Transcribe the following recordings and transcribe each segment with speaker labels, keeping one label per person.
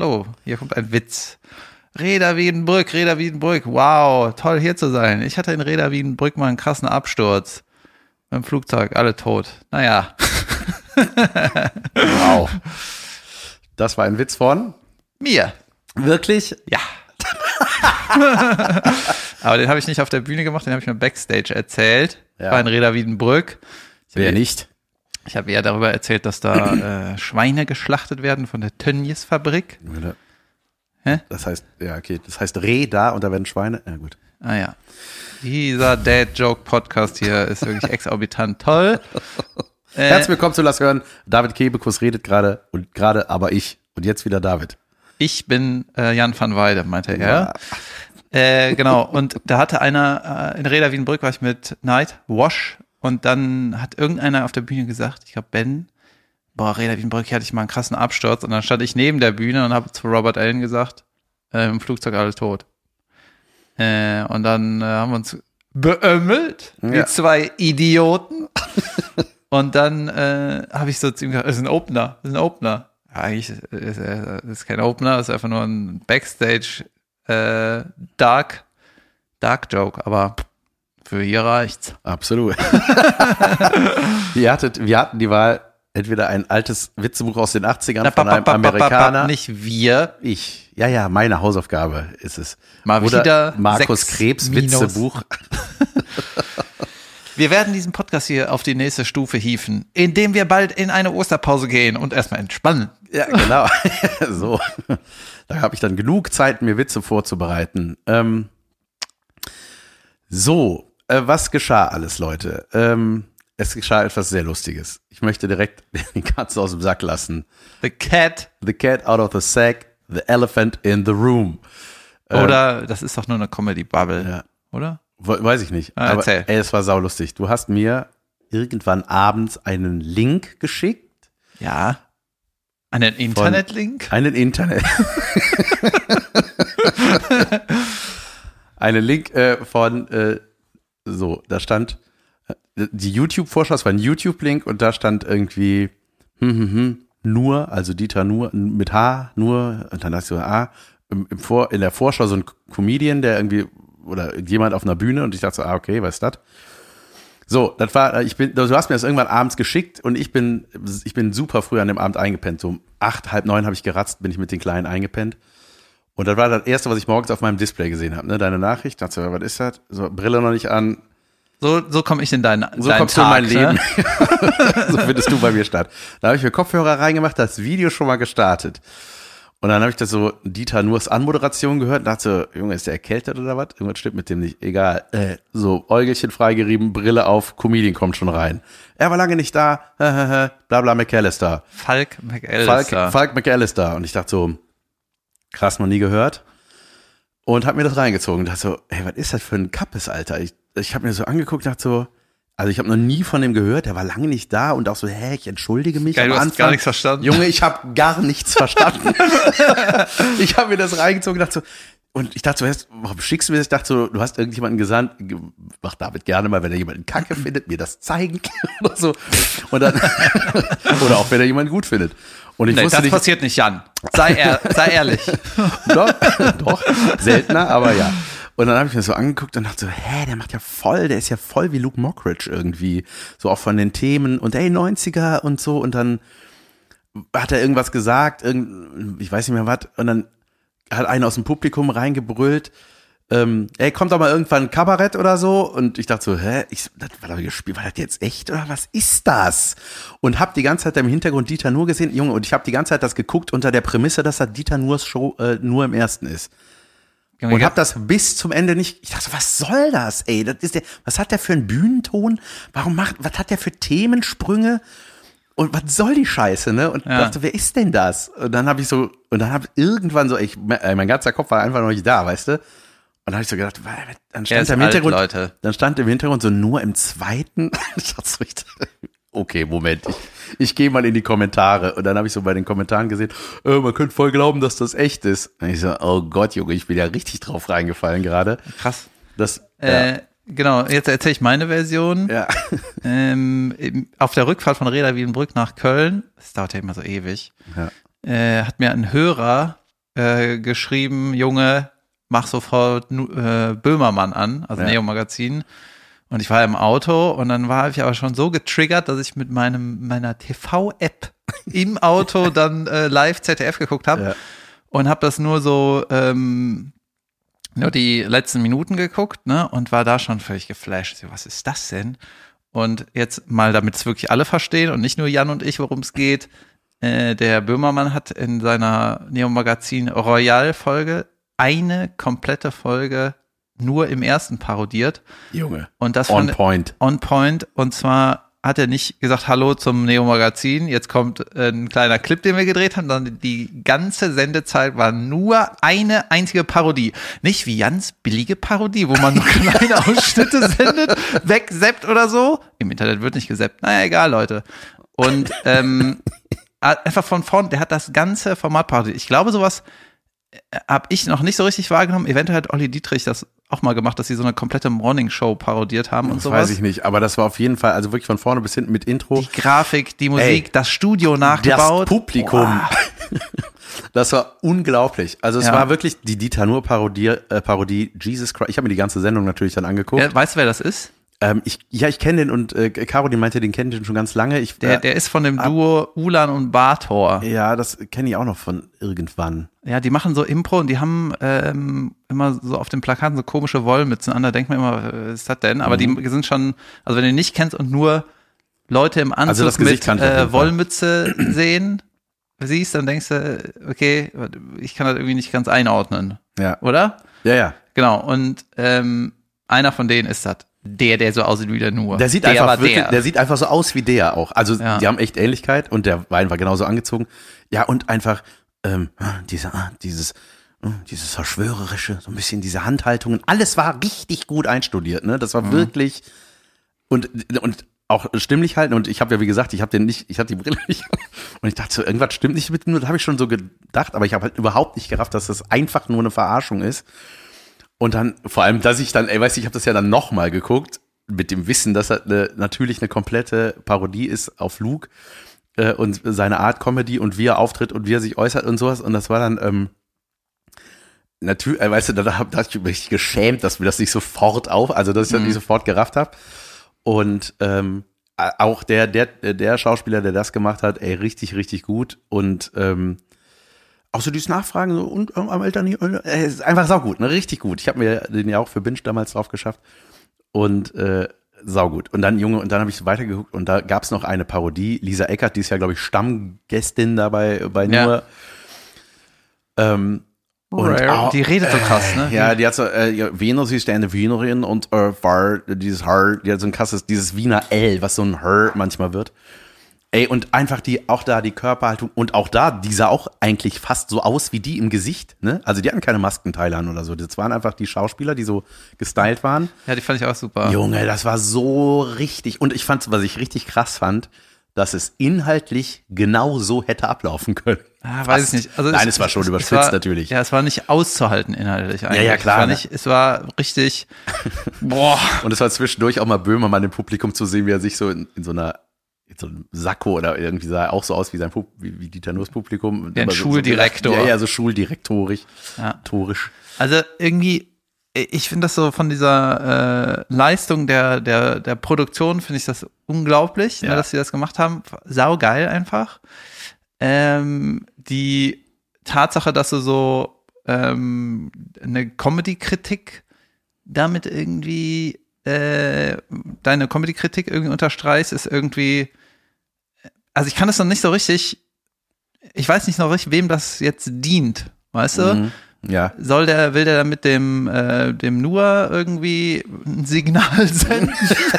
Speaker 1: Oh, hier kommt ein Witz. Reda Wiedenbrück, wow, toll hier zu sein. Ich hatte in Reda Wiedenbrück mal einen krassen Absturz. Beim Flugzeug, alle tot. Naja.
Speaker 2: Wow. Das war ein Witz von?
Speaker 1: Mir.
Speaker 2: Wirklich?
Speaker 1: Ja. Aber den habe ich nicht auf der Bühne gemacht, den habe ich mir Backstage erzählt.
Speaker 2: Ja.
Speaker 1: War in Reda Wiedenbrück.
Speaker 2: Wer nicht?
Speaker 1: Ich habe eher darüber erzählt, dass da Schweine geschlachtet werden von der Tönnies-Fabrik. Hä?
Speaker 2: Das heißt, ja, okay. Das heißt Reh da und da werden Schweine. Ja, gut.
Speaker 1: Ah ja. Dieser Dad-Joke-Podcast hier ist wirklich exorbitant toll.
Speaker 2: Herzlich willkommen zu Lass hören. David Kebekus redet gerade und gerade aber ich. Und jetzt wieder David.
Speaker 1: Ich bin Jan van Weide, meinte er. Ja. Genau. Und da hatte einer, in Reda Wiedenbrück war ich mit Nightwash und dann hat irgendeiner auf der Bühne gesagt, ich glaube Ben, Reda Wiedenbrück, hier hatte ich mal einen krassen Absturz und dann stand ich neben der Bühne und habe zu Robert Allen gesagt, im Flugzeug alle tot. Und dann haben wir uns beömmelt, wie zwei Idioten. Und dann habe ich so zu ihm gesagt, das ist ein Opener. Ja, eigentlich ist es kein Opener, es ist einfach nur ein Backstage Dark Joke, aber für hier reicht's.
Speaker 2: Absolut. Wir hatten die Wahl, entweder ein altes Witzebuch aus den 80ern von einem Amerikaner.
Speaker 1: Nicht wir.
Speaker 2: Ich. Ja, meine Hausaufgabe ist es.
Speaker 1: Mal
Speaker 2: oder
Speaker 1: wieder
Speaker 2: Markus Krebs Witzebuch.
Speaker 1: Wir werden diesen Podcast hier auf die nächste Stufe hieven, indem wir bald in eine Osterpause gehen und erstmal entspannen.
Speaker 2: Ja, genau. So. Da habe ich dann genug Zeit, mir Witze vorzubereiten. Was geschah alles, Leute? Es geschah etwas sehr Lustiges. Ich möchte direkt die Katze aus dem Sack lassen.
Speaker 1: The cat
Speaker 2: out of the sack, the elephant in the room.
Speaker 1: Oder, das ist doch nur eine Comedy-Bubble,
Speaker 2: ja.
Speaker 1: Oder?
Speaker 2: Weiß ich nicht.
Speaker 1: Ah, erzähl.
Speaker 2: Aber es war saulustig. Du hast mir irgendwann abends einen Link geschickt.
Speaker 1: Ja. Einen Internetlink?
Speaker 2: Einen Internet. Einen Link da stand die YouTube-Vorschau, es war ein YouTube-Link und da stand irgendwie nur, also Dieter Nuhr mit H, nur, und dann hast du in der Vorschau so ein Comedian, der irgendwie, oder jemand auf einer Bühne und ich dachte so, okay, was ist das? So, das war, du hast mir das irgendwann abends geschickt und ich bin super früh an dem Abend eingepennt, so um 8, halb 9 habe ich geratzt, bin ich mit den Kleinen eingepennt. Und das war das Erste, was ich morgens auf meinem Display gesehen habe, ne, deine Nachricht, dachte so, was ist das? So, Brille noch nicht an.
Speaker 1: So komme ich in deinen
Speaker 2: So kommst
Speaker 1: Tag,
Speaker 2: du in mein
Speaker 1: ne?
Speaker 2: Leben. So findest du bei mir statt. Da habe ich mir Kopfhörer reingemacht, das Video schon mal gestartet. Und dann habe ich das so Dieter Nuhrs Anmoderation gehört und dachte so, Junge, ist der erkältet oder was? Irgendwas stimmt mit dem nicht. Egal. So Äugelchen freigerieben, Brille auf, Comedian kommt schon rein. Er war lange nicht da. Blabla McAllister.
Speaker 1: Falk McAllister.
Speaker 2: Falk McAllister. Und ich dachte so, krass, noch nie gehört. Und hab mir das reingezogen. Und dachte so, ey, was ist das für ein Kappes, Alter? Ich habe mir so angeguckt, dachte so, also ich habe noch nie von dem gehört, der war lange nicht da und auch so, ich entschuldige mich.
Speaker 1: Geil, du hast gar nichts verstanden.
Speaker 2: Junge, ich habe gar nichts verstanden. Ich habe mir das reingezogen und dachte so, und ich dachte so, warum schickst du mir das? Ich dachte so, du hast irgendjemanden gesandt, mach David gerne mal, wenn er jemanden Kacke findet, mir das zeigen oder so. Und dann, oder auch wenn er jemanden gut findet. Und ich wusste
Speaker 1: das
Speaker 2: nicht,
Speaker 1: passiert nicht, Jan. Sei ehrlich.
Speaker 2: Doch, seltener, aber ja. Und dann habe ich mir so angeguckt und dachte so, der ist ja voll wie Luke Mockridge irgendwie. So auch von den Themen und 90er und so. Und dann hat er irgendwas gesagt, ich weiß nicht mehr was. Und dann hat einer aus dem Publikum reingebrüllt, kommt doch mal irgendwann ein Kabarett oder so. Und ich dachte so, das war doch gespielt, war das jetzt echt oder was ist das? Und hab die ganze Zeit im Hintergrund Dieter Nuhr gesehen, Junge, und ich habe die ganze Zeit das geguckt unter der Prämisse, dass das Dieter Nuhrs Show nur im ersten ist. Und hab das bis zum Ende nicht, ich dachte, was soll das, ey? Was hat der für einen Bühnenton? Was hat der für Themensprünge? Und was soll die Scheiße, ne? Und dachte, wer ist denn das? Und dann habe irgendwann so, mein ganzer Kopf war einfach noch nicht da, weißt du? Und dann habe ich so gedacht, dann stand im Hintergrund so nur im zweiten. Ich dachte so, okay, Moment, ich gehe mal in die Kommentare. Und dann habe ich so bei den Kommentaren gesehen, man könnte voll glauben, dass das echt ist. Und ich so, oh Gott, Junge, ich bin ja richtig drauf reingefallen gerade.
Speaker 1: Krass. Genau, jetzt erzähle ich meine Version.
Speaker 2: Ja.
Speaker 1: Auf der Rückfahrt von Reda Wiedenbrück nach Köln, das dauert ja immer so ewig, hat mir ein Hörer geschrieben, Junge, mach sofort Böhmermann an, also Neo Magazin. Und ich war im Auto und dann war ich aber schon so getriggert, dass ich mit meiner TV-App im Auto dann live ZDF geguckt habe und habe das nur so nur die letzten Minuten geguckt, ne, und war da schon völlig geflasht. Was ist das denn? Und jetzt mal, damit es wirklich alle verstehen und nicht nur Jan und ich, worum es geht, der Böhmermann hat in seiner Neo-Magazin Royal-Folge eine komplette Folge nur im ersten parodiert.
Speaker 2: Junge,
Speaker 1: und das
Speaker 2: on point.
Speaker 1: On point. Und zwar hat er nicht gesagt, hallo zum Neo-Magazin, jetzt kommt ein kleiner Clip, den wir gedreht haben, sondern die ganze Sendezeit war nur eine einzige Parodie. Nicht wie Jans billige Parodie, wo man nur kleine Ausschnitte sendet, wegseppt oder so. Im Internet wird nicht geseppt. Naja, egal, Leute. Und einfach von vorn, der hat das ganze Format parodiert. Ich glaube, sowas habe ich noch nicht so richtig wahrgenommen. Eventuell hat Olli Dietrich das auch mal gemacht, dass sie so eine komplette Morning-Show parodiert haben und sowas.
Speaker 2: Weiß ich nicht, aber das war auf jeden Fall, also wirklich von vorne bis hinten mit Intro.
Speaker 1: Die Grafik, die Musik, das Studio nachgebaut.
Speaker 2: Das Publikum. Das war unglaublich. Also es war wirklich die Dieter Nuhr-Parodie, Jesus Christ. Ich habe mir die ganze Sendung natürlich dann angeguckt.
Speaker 1: Ja, weißt du, wer das ist?
Speaker 2: Ich kenne den und Caro, die meinte, den kennt den schon ganz lange.
Speaker 1: Der ist von dem Duo Ulan und Bator.
Speaker 2: Ja, das kenne ich auch noch von irgendwann.
Speaker 1: Ja, die machen so Impro und die haben immer so auf den Plakaten so komische Wollmützen an. Da denkt man immer, was ist das denn? Aber die sind schon, also wenn du den nicht kennst und nur Leute im Anzug
Speaker 2: also
Speaker 1: mit Wollmütze siehst, dann denkst du, okay, ich kann das irgendwie nicht ganz einordnen.
Speaker 2: Ja.
Speaker 1: Oder?
Speaker 2: Ja.
Speaker 1: Genau, und einer von denen ist das. Der so aussieht wie der Nur.
Speaker 2: Der sieht einfach so aus wie der auch. Also die haben echt Ähnlichkeit und der Wein war genauso angezogen. Ja, und einfach dieses Verschwörerische, so ein bisschen diese Handhaltungen. Alles war richtig gut einstudiert, ne? Das war wirklich und auch stimmlich halten. Und ich habe ja, wie gesagt, ich hatte die Brille nicht. Und ich dachte so, irgendwas stimmt nicht mit Nur. Das habe ich schon so gedacht, aber ich habe halt überhaupt nicht gerafft, dass das einfach nur eine Verarschung ist. Und dann, vor allem, dass ich dann, ich habe das ja dann nochmal geguckt, mit dem Wissen, dass das natürlich eine komplette Parodie ist auf Luke und seine Art Comedy und wie er auftritt und wie er sich äußert und sowas. Und das war dann, natürlich, weißt du, da hab ich mich geschämt, dass mir das nicht sofort dass ich das nicht sofort gerafft habe. Und auch der Schauspieler, der das gemacht hat, richtig, richtig gut. Und auch so dieses Nachfragen so, und am Eltern nicht, ist einfach saugut, ne? Richtig gut. Ich habe mir den ja auch für Binge damals drauf geschafft und saugut. Und dann habe ich so weitergeguckt und da gab es noch eine Parodie. Lisa Eckert, die ist ja, glaube ich, Stammgästin dabei bei Nur. Und
Speaker 1: die redet so krass, ne?
Speaker 2: Ja, die hat so, Venus ist eine Wienerin und war die hat so ein krasses, dieses Wiener L, was so ein Her manchmal wird. Ey, und einfach die Körperhaltung und auch die sah auch eigentlich fast so aus wie die im Gesicht, ne? Also die hatten keine Maskenteile an oder so. Das waren einfach die Schauspieler, die so gestylt waren.
Speaker 1: Ja, die fand ich auch super.
Speaker 2: Junge, das war so richtig. Und ich fand, was ich richtig krass fand, dass es inhaltlich genau so hätte ablaufen können.
Speaker 1: Weiß ich nicht. Also
Speaker 2: nein, es war schon überspitzt natürlich.
Speaker 1: Ja, es war nicht auszuhalten inhaltlich eigentlich.
Speaker 2: Ja, klar.
Speaker 1: Es war richtig, boah.
Speaker 2: Und es war zwischendurch auch mal Böhmermann im Publikum zu sehen, wie er sich so in so einem Sakko oder irgendwie sah auch so aus wie wie Dieter Nuhrs Publikum.
Speaker 1: Ein Schuldirektor.
Speaker 2: Ja, so schuldirektorisch.
Speaker 1: Ja.
Speaker 2: Torisch.
Speaker 1: Also irgendwie, ich finde das so von dieser Leistung der Produktion, finde ich das unglaublich, ne, dass sie das gemacht haben. Saugeil einfach. Die Tatsache, dass du so eine Comedy-Kritik damit irgendwie deine Comedy-Kritik irgendwie unterstreichst, ist irgendwie, also ich kann das noch nicht so richtig, ich weiß nicht noch richtig, wem das jetzt dient, weißt du?
Speaker 2: Ja.
Speaker 1: Will der mit dem Nur irgendwie ein Signal senden?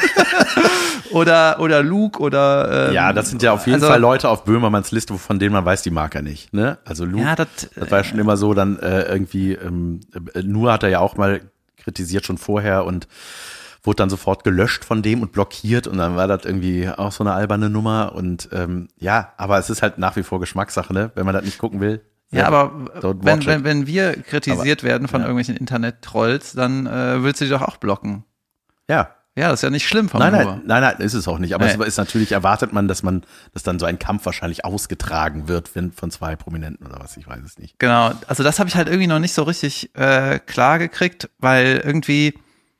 Speaker 1: oder Luke oder
Speaker 2: ja, das sind ja auf jeden Fall Leute auf Böhmermanns Liste, von denen man weiß, die mag er nicht, ne? Also Luke,
Speaker 1: ja,
Speaker 2: das war ja schon immer so, dann irgendwie Nur hat er ja auch mal kritisiert schon vorher und wurde dann sofort gelöscht von dem und blockiert und dann war das irgendwie auch so eine alberne Nummer und ja, aber es ist halt nach wie vor Geschmackssache, ne? Wenn man das nicht gucken will.
Speaker 1: Ja, aber wenn wir kritisiert werden von irgendwelchen Internet-Trolls, dann willst du die doch auch blocken.
Speaker 2: Ja.
Speaker 1: Ja, das ist ja nicht schlimm von
Speaker 2: Nein, ist es auch nicht. Aber es ist natürlich, erwartet man, dass dann so ein Kampf wahrscheinlich ausgetragen wird von zwei Prominenten oder was, ich weiß es nicht.
Speaker 1: Genau, also das habe ich halt irgendwie noch nicht so richtig klar gekriegt, weil irgendwie,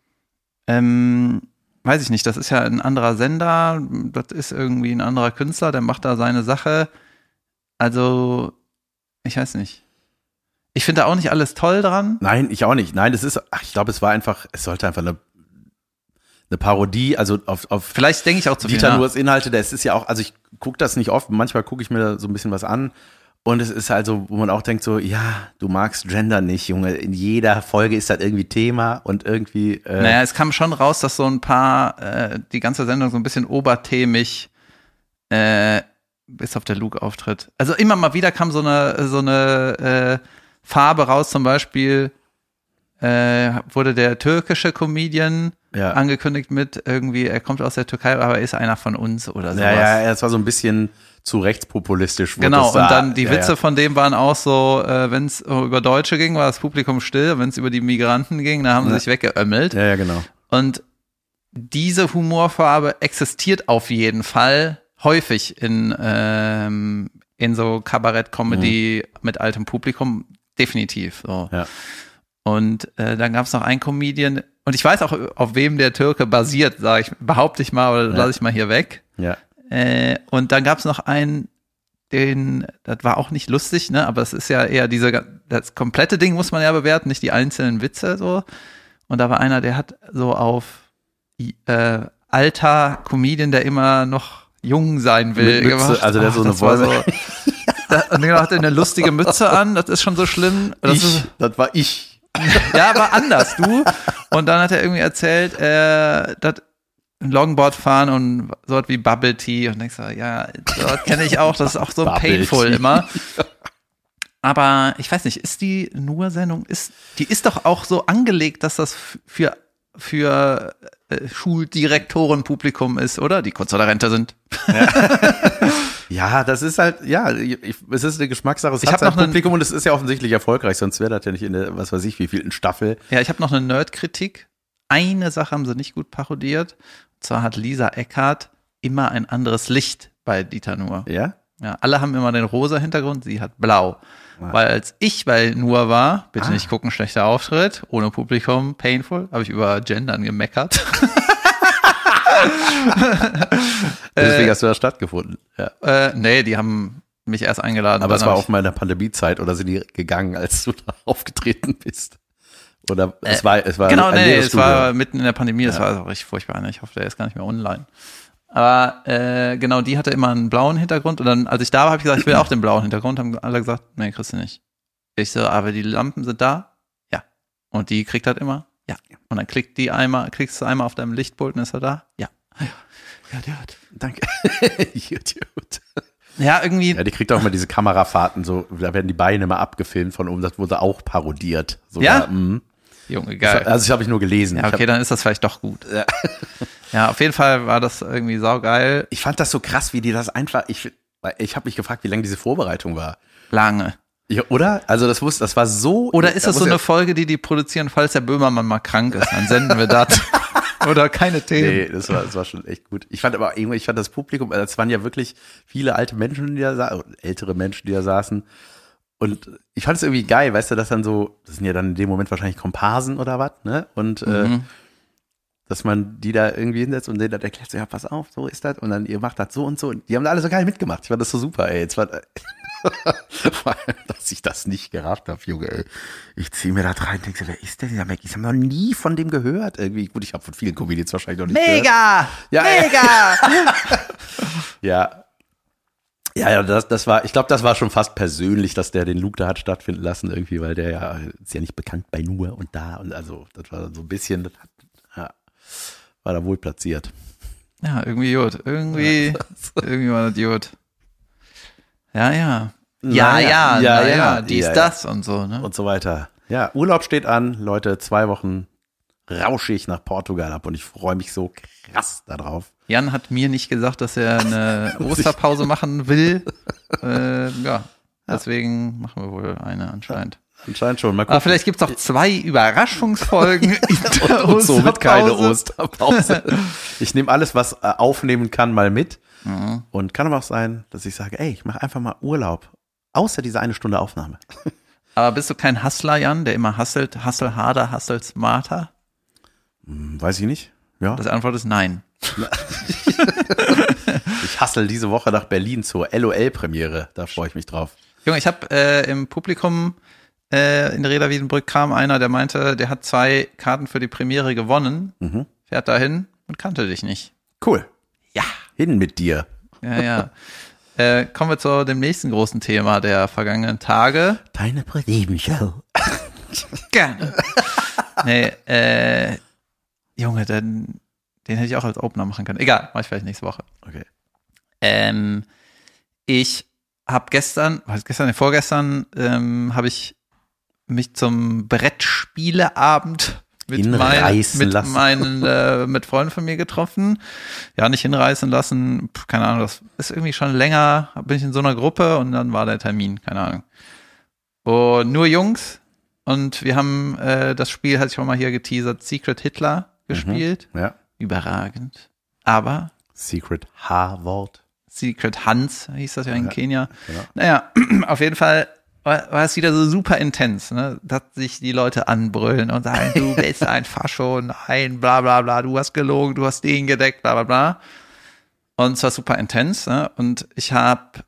Speaker 1: weiß ich nicht, das ist ja ein anderer Sender, das ist irgendwie ein anderer Künstler, der macht da seine Sache. Also, ich weiß nicht. Ich finde da auch nicht alles toll dran.
Speaker 2: Nein, ich auch nicht. Nein, ich glaube, es sollte einfach eine Parodie, also auf
Speaker 1: vielleicht denke ich auch zu viel
Speaker 2: Dieter Nuhrs Inhalte, das ist ja auch, also ich gucke das nicht oft, manchmal gucke ich mir so ein bisschen was an und es ist halt so, wo man auch denkt so, ja, du magst Gender nicht, Junge, in jeder Folge ist das irgendwie Thema und irgendwie
Speaker 1: naja, es kam schon raus, dass so ein paar, die ganze Sendung so ein bisschen oberthemig bis auf der Luke-Auftritt. Also immer mal wieder kam so eine Farbe raus, zum Beispiel wurde der türkische Comedian angekündigt mit irgendwie, er kommt aus der Türkei, aber er ist einer von uns oder sowas.
Speaker 2: Ja, es war so ein bisschen zu rechtspopulistisch.
Speaker 1: Genau, und dann die Witze von dem waren auch so, wenn es über Deutsche ging, war das Publikum still, wenn es über die Migranten ging, dann haben sie sich weggeömmelt.
Speaker 2: Ja, genau.
Speaker 1: Und diese Humorfarbe existiert auf jeden Fall häufig in so Kabarett-Comedy mit altem Publikum, definitiv. So. Ja. Und dann gab es noch einen Comedian, und ich weiß auch, auf wem der Türke basiert, behaupte ich mal, oder lasse ich mal hier weg.
Speaker 2: Ja.
Speaker 1: Und dann gab es noch einen, das war auch nicht lustig, ne, aber es ist ja eher das komplette Ding muss man ja bewerten, nicht die einzelnen Witze so. Und da war einer, der hat so auf alter Comedian, der immer noch jung sein will,
Speaker 2: mit Mütze, gemacht. Also der so eine Wolle.
Speaker 1: Und der hatte eine lustige Mütze an, das ist schon so schlimm.
Speaker 2: Das war ich.
Speaker 1: Ja, war anders, du. Und dann hat er irgendwie erzählt, dass ein Longboard fahren und so was wie Bubble Tea und denkst so, ja, das kenne ich auch, das ist auch so painful immer. Aber ich weiß nicht, ist die Nur-Sendung, die ist doch auch so angelegt, dass das für Schuldirektorenpublikum ist, oder? Die kurz vor der Rente sind.
Speaker 2: Ja, das ist halt, es ist eine Geschmackssache, es hat sein Publikum und es ist ja offensichtlich erfolgreich, sonst wäre das ja nicht in der, was weiß ich, wievielten Staffel.
Speaker 1: Ja, ich habe noch eine Nerd-Kritik. Eine Sache haben sie nicht gut parodiert. Und zwar hat Lisa Eckhardt immer ein anderes Licht bei Dieter Nuhr.
Speaker 2: Ja?
Speaker 1: Ja, alle haben immer den rosa Hintergrund, sie hat blau. Ah. Weil als ich bei Nuhr war, bitte nicht gucken, schlechter Auftritt, ohne Publikum, painful, habe ich über Gendern gemeckert.
Speaker 2: Deswegen hast du da stattgefunden. Ja.
Speaker 1: Nee, die haben mich erst eingeladen.
Speaker 2: Aber es war auch mal in der Pandemiezeit oder sind die gegangen, als du da aufgetreten bist? Oder es war
Speaker 1: genau, es war mitten in der Pandemie, das war auch richtig furchtbar. Ne? Ich hoffe, der ist gar nicht mehr online. Aber genau, die hatte immer einen blauen Hintergrund und dann, als ich da war, habe ich gesagt, ich will auch den blauen Hintergrund, haben alle gesagt, nee, kriegst du nicht. Ich so, aber die Lampen sind da? Ja. Und die kriegt halt immer? Ja. Und dann klickst du einmal auf deinem Lichtpult und ist er da? Ja. Ja, gut.
Speaker 2: Danke. Gut.
Speaker 1: Ja, irgendwie.
Speaker 2: Ja, die kriegt auch immer diese Kamerafahrten, so, da werden die Beine immer abgefilmt von oben, das wurde auch parodiert. So
Speaker 1: ja?
Speaker 2: Da,
Speaker 1: Junge, geil.
Speaker 2: Das habe ich nur gelesen.
Speaker 1: Ja, okay, dann ist das vielleicht doch gut.
Speaker 2: Ja.
Speaker 1: Ja, auf jeden Fall war das irgendwie saugeil.
Speaker 2: Ich fand das so krass, wie die das einfach, ich habe mich gefragt, wie lange diese Vorbereitung war.
Speaker 1: Lange.
Speaker 2: Ja, oder? Also das war so.
Speaker 1: Oder ist das so eine Folge, die produzieren, falls der Böhmermann mal krank ist, dann senden wir das. Oder keine Themen.
Speaker 2: Nee, das war schon echt gut. Ich fand das Publikum, es waren ja wirklich viele alte Menschen, ältere Menschen, die da saßen. Und ich fand es irgendwie geil, weißt du, dass dann so, das sind ja dann in dem Moment wahrscheinlich Komparsen oder was, ne? Und dass man die da irgendwie hinsetzt und denen das erklärt, so, ja, pass auf, so ist das. Und dann, ihr macht das so und so. Und die haben da alle so geil mitgemacht. Ich fand das so super, ey. Vor allem, dass ich das nicht gerafft habe, Junge, ey. Ich ziehe mir da rein und denke so, wer ist denn dieser Mac? Ich habe noch nie von dem gehört. Irgendwie, gut, ich habe von vielen Comedians wahrscheinlich noch nicht
Speaker 1: gehört. Mega!
Speaker 2: Ja. Ja, das war, ich glaube, das war schon fast persönlich, dass der den Luke da hat stattfinden lassen irgendwie, weil der ist ja nicht bekannt bei Nuhr und da und also, das war so ein bisschen, war da wohl platziert.
Speaker 1: Ja, irgendwie gut. Irgendwie war das gut. Ja, das und so, ne?
Speaker 2: Und so weiter. Ja, Urlaub steht an, Leute, 2 Wochen rausche ich nach Portugal ab und ich freue mich so krass darauf.
Speaker 1: Jan hat mir nicht gesagt, dass er eine Osterpause machen will. Deswegen machen wir wohl eine anscheinend.
Speaker 2: Anscheinend schon. Mal
Speaker 1: Aber vielleicht gibt's auch 2 Überraschungsfolgen in der
Speaker 2: und so wird keine
Speaker 1: Osterpause.
Speaker 2: Osterpause. Ich nehme alles, was aufnehmen kann, mal mit. Und kann aber auch sein, dass ich sage, ey, ich mache einfach mal Urlaub. Außer diese 1 Stunde Aufnahme.
Speaker 1: Aber bist du kein Hustler, Jan, der immer hustelt? Hustle harder, hustle smarter?
Speaker 2: Weiß ich nicht. Ja.
Speaker 1: Das Antwort ist nein.
Speaker 2: Ich hustle diese Woche nach Berlin zur LOL-Premiere. Da freue ich mich drauf.
Speaker 1: Junge, ich habe im Publikum in Reda Wiedenbrück kam einer, der meinte, der hat 2 Karten für die Premiere gewonnen, fährt dahin und kannte dich nicht.
Speaker 2: Cool.
Speaker 1: Ja.
Speaker 2: Hin mit dir.
Speaker 1: Ja. Kommen wir zu dem nächsten großen Thema der vergangenen Tage.
Speaker 2: Deine ProSieben-Show.
Speaker 1: Gerne. Nee, Junge, den hätte ich auch als Opener machen können. Egal, mach ich vielleicht nächste Woche.
Speaker 2: Okay.
Speaker 1: Ich habe vorgestern habe ich mich zum Brettspieleabend mit Freunden von mir getroffen. Ja, nicht hinreißen lassen, keine Ahnung, das ist irgendwie schon länger, bin ich in so einer Gruppe und dann war der Termin, keine Ahnung. Und nur Jungs und wir haben das Spiel, hatte ich auch mal hier geteasert, Secret Hitler gespielt.
Speaker 2: Ja.
Speaker 1: Überragend. Aber
Speaker 2: Secret H-Wort.
Speaker 1: Secret Hans hieß das ja in Kenia.
Speaker 2: Genau.
Speaker 1: Naja, auf jeden Fall war es wieder so super intens, ne? Dass sich die Leute anbrüllen und sagen, du bist ein Fascho, nein, bla bla bla, du hast gelogen, du hast den gedeckt, bla bla bla. Und es war super intens, ne? Und ich habe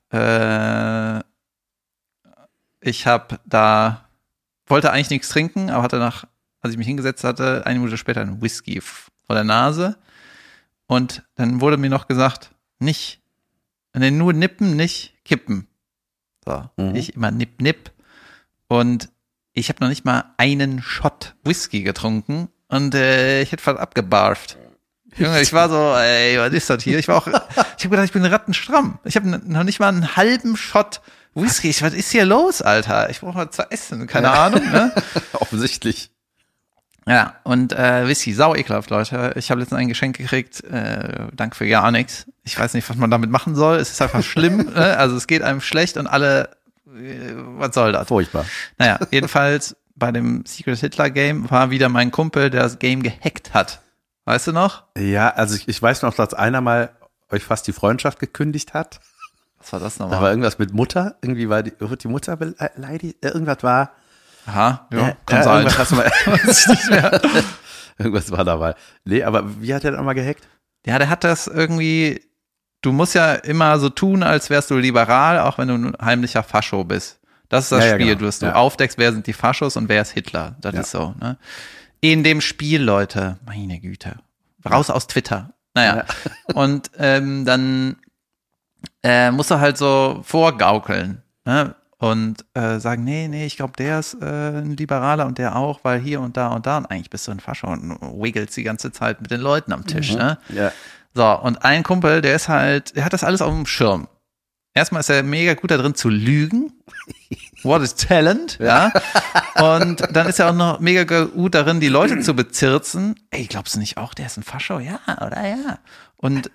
Speaker 1: wollte eigentlich nichts trinken, aber hatte als ich mich hingesetzt hatte, 1 Minute später einen Whisky vor der Nase. Und dann wurde mir noch gesagt, nur nippen, nicht kippen. So, ich immer nipp. Und ich habe noch nicht mal einen Shot Whisky getrunken und ich hätte fast abgebarft. Junge, ich war so, ey, was ist das hier? Ich habe gedacht, ich bin rattenstramm. Ich habe noch nicht mal einen halben Shot Whisky. Was ist hier los, Alter? Ich brauche mal zu essen, keine Ahnung, ne?
Speaker 2: Offensichtlich.
Speaker 1: Ja, und Whisky, sau ekelhaft, Leute. Ich habe letztens ein Geschenk gekriegt, danke für gar nichts. Ich weiß nicht, was man damit machen soll. Es ist einfach schlimm, ne? Also es geht einem schlecht und alle, was soll das?
Speaker 2: Furchtbar.
Speaker 1: Naja, jedenfalls bei dem Secret Hitler Game war wieder mein Kumpel, der das Game gehackt hat. Weißt du noch?
Speaker 2: Ja, also ich weiß noch, dass einer mal euch fast die Freundschaft gekündigt hat.
Speaker 1: Was war das nochmal?
Speaker 2: Da war irgendwas mit Mutter. Irgendwie wird die Mutter beleidigt. Irgendwas war.
Speaker 1: Aha, ja, kann sein.
Speaker 2: Irgendwas hast du mal weiß ich nicht mehr. Irgendwas war dabei. Nee, aber wie hat der dann mal gehackt?
Speaker 1: Ja, der hat das irgendwie, du musst ja immer so tun, als wärst du liberal, auch wenn du ein heimlicher Fascho bist. Das ist das Spiel,
Speaker 2: genau.
Speaker 1: du aufdeckst, wer sind die Faschos und wer ist Hitler. Das ist so, ne? In dem Spiel, Leute, meine Güte. Raus aus Twitter. Naja. Und dann musst du halt so vorgaukeln, ne? Und sagen, nee, ich glaube, der ist ein Liberaler und der auch, weil hier und da und da. Und eigentlich bist du ein Fascho und wiggelst die ganze Zeit mit den Leuten am Tisch, ne?
Speaker 2: Ja.
Speaker 1: So, und ein Kumpel, der hat das alles auf dem Schirm. Erstmal ist er mega gut da drin zu lügen. What is talent? Ja. Und dann ist er auch noch mega gut darin, die Leute zu bezirzen. Ey, glaubst du nicht auch, der ist ein Fascho? Ja, oder ja. Und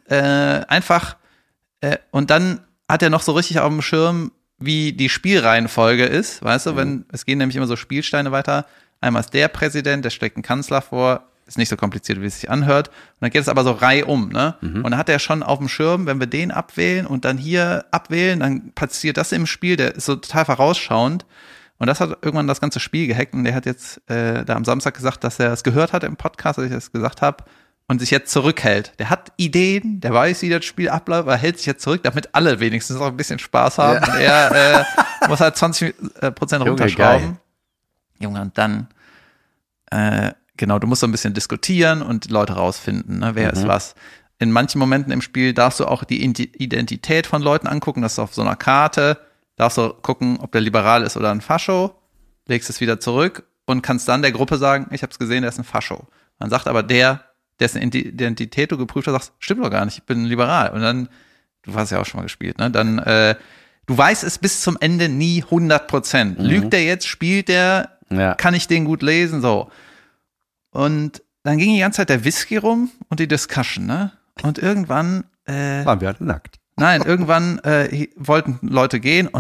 Speaker 1: und dann hat er noch so richtig auf dem Schirm, wie die Spielreihenfolge ist, weißt du, es gehen nämlich immer so Spielsteine weiter. Einmal ist der Präsident, der schlägt einen Kanzler vor, ist nicht so kompliziert, wie es sich anhört. Und dann geht es aber so reihum, ne? Und dann hat er schon auf dem Schirm, wenn wir den abwählen und dann hier abwählen, dann passiert das im Spiel, der ist so total vorausschauend. Und das hat irgendwann das ganze Spiel gehackt und der hat jetzt da am Samstag gesagt, dass er es gehört hat im Podcast, als ich das gesagt habe, und sich jetzt zurückhält. Der hat Ideen, der weiß, wie das Spiel abläuft, aber hält sich jetzt zurück, damit alle wenigstens auch ein bisschen Spaß haben. Ja. Und er muss halt 20% runterschrauben. Junge, und dann, genau, du musst so ein bisschen diskutieren und Leute rausfinden, ne, wer ist was. In manchen Momenten im Spiel darfst du auch die Identität von Leuten angucken, das ist auf so einer Karte, darfst du gucken, ob der liberal ist oder ein Fascho, legst es wieder zurück und kannst dann der Gruppe sagen, ich hab's gesehen, der ist ein Fascho. Man sagt aber dessen Identität du geprüft hast, sagst, stimmt doch gar nicht, ich bin liberal. Und dann, du hast ja auch schon mal gespielt, ne? Dann, du weißt es bis zum Ende nie 100%. Lügt der jetzt, spielt der, kann ich den gut lesen, so. Und dann ging die ganze Zeit der Whisky rum und die Discussion, ne? Und irgendwann,
Speaker 2: waren wir halt nackt.
Speaker 1: Nein, irgendwann wollten Leute gehen und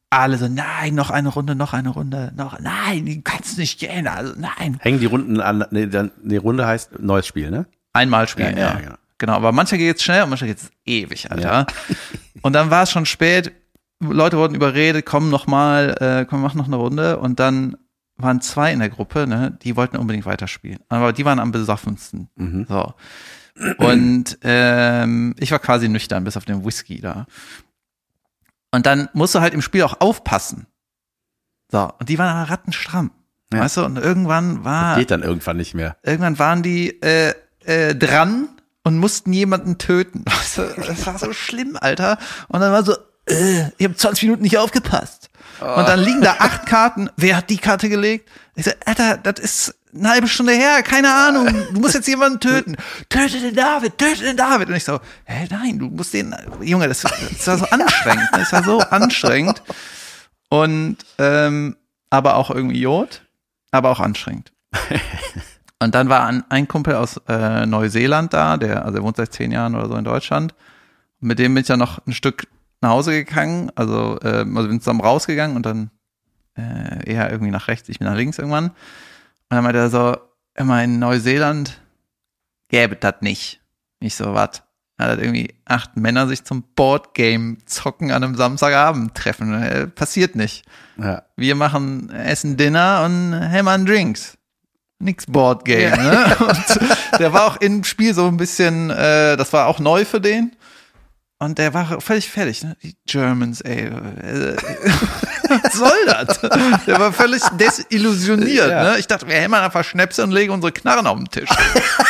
Speaker 1: alle so, nein, noch eine Runde, nein, die kannst nicht gehen, also nein.
Speaker 2: Hängen die Runden an, die Runde heißt neues Spiel, ne?
Speaker 1: Einmal spielen, ja. Genau, aber manchmal geht's schnell und manchmal geht's ewig, Alter. Ja. Und dann war es schon spät, Leute wurden überredet, komm, mach noch eine Runde. Und dann waren 2 in der Gruppe, ne, die wollten unbedingt weiterspielen. Aber die waren am besoffensten. Mhm. So. Und ich war quasi nüchtern, bis auf den Whisky da. Und dann musst du halt im Spiel auch aufpassen. So, und die waren aber rattenstramm. Ja. Weißt du, und irgendwann
Speaker 2: das geht dann irgendwann nicht mehr.
Speaker 1: Irgendwann waren die dran und mussten jemanden töten. Weißt du, das war so schlimm, Alter. Und dann war so, ich habe 20 Minuten nicht aufgepasst. Und dann liegen da 8 Karten. Wer hat die Karte gelegt? Ich so, Alter, das ist eine halbe Stunde her, keine Ahnung. Du musst jetzt jemanden töten. Töte den David. Und ich so, nein, du musst den, Junge, das war so anstrengend. Das war so anstrengend. Und, aber auch irgendwie Jod, aber auch anstrengend. Und dann war ein Kumpel aus Neuseeland da, der wohnt seit 10 Jahren oder so in Deutschland. Und mit dem bin ich dann noch ein Stück nach Hause gegangen, also wir sind zusammen rausgegangen und dann eher irgendwie nach rechts, ich bin nach links irgendwann. Und dann meinte er so, immer in Neuseeland gäbe das nicht. Ich so, was? Hat irgendwie 8 Männer sich zum Boardgame zocken an einem Samstagabend treffen. Passiert nicht. Ja. Wir essen Dinner und hämmern Drinks. Nix Boardgame, ne? Und der war auch im Spiel so ein bisschen, das war auch neu für den. Und der war völlig fertig, ne? Die Germans, ey. Was soll das? Der war völlig desillusioniert, ja. Ne? Ich dachte, wir hämmern einfach Schnäpse und legen unsere Knarren auf den Tisch.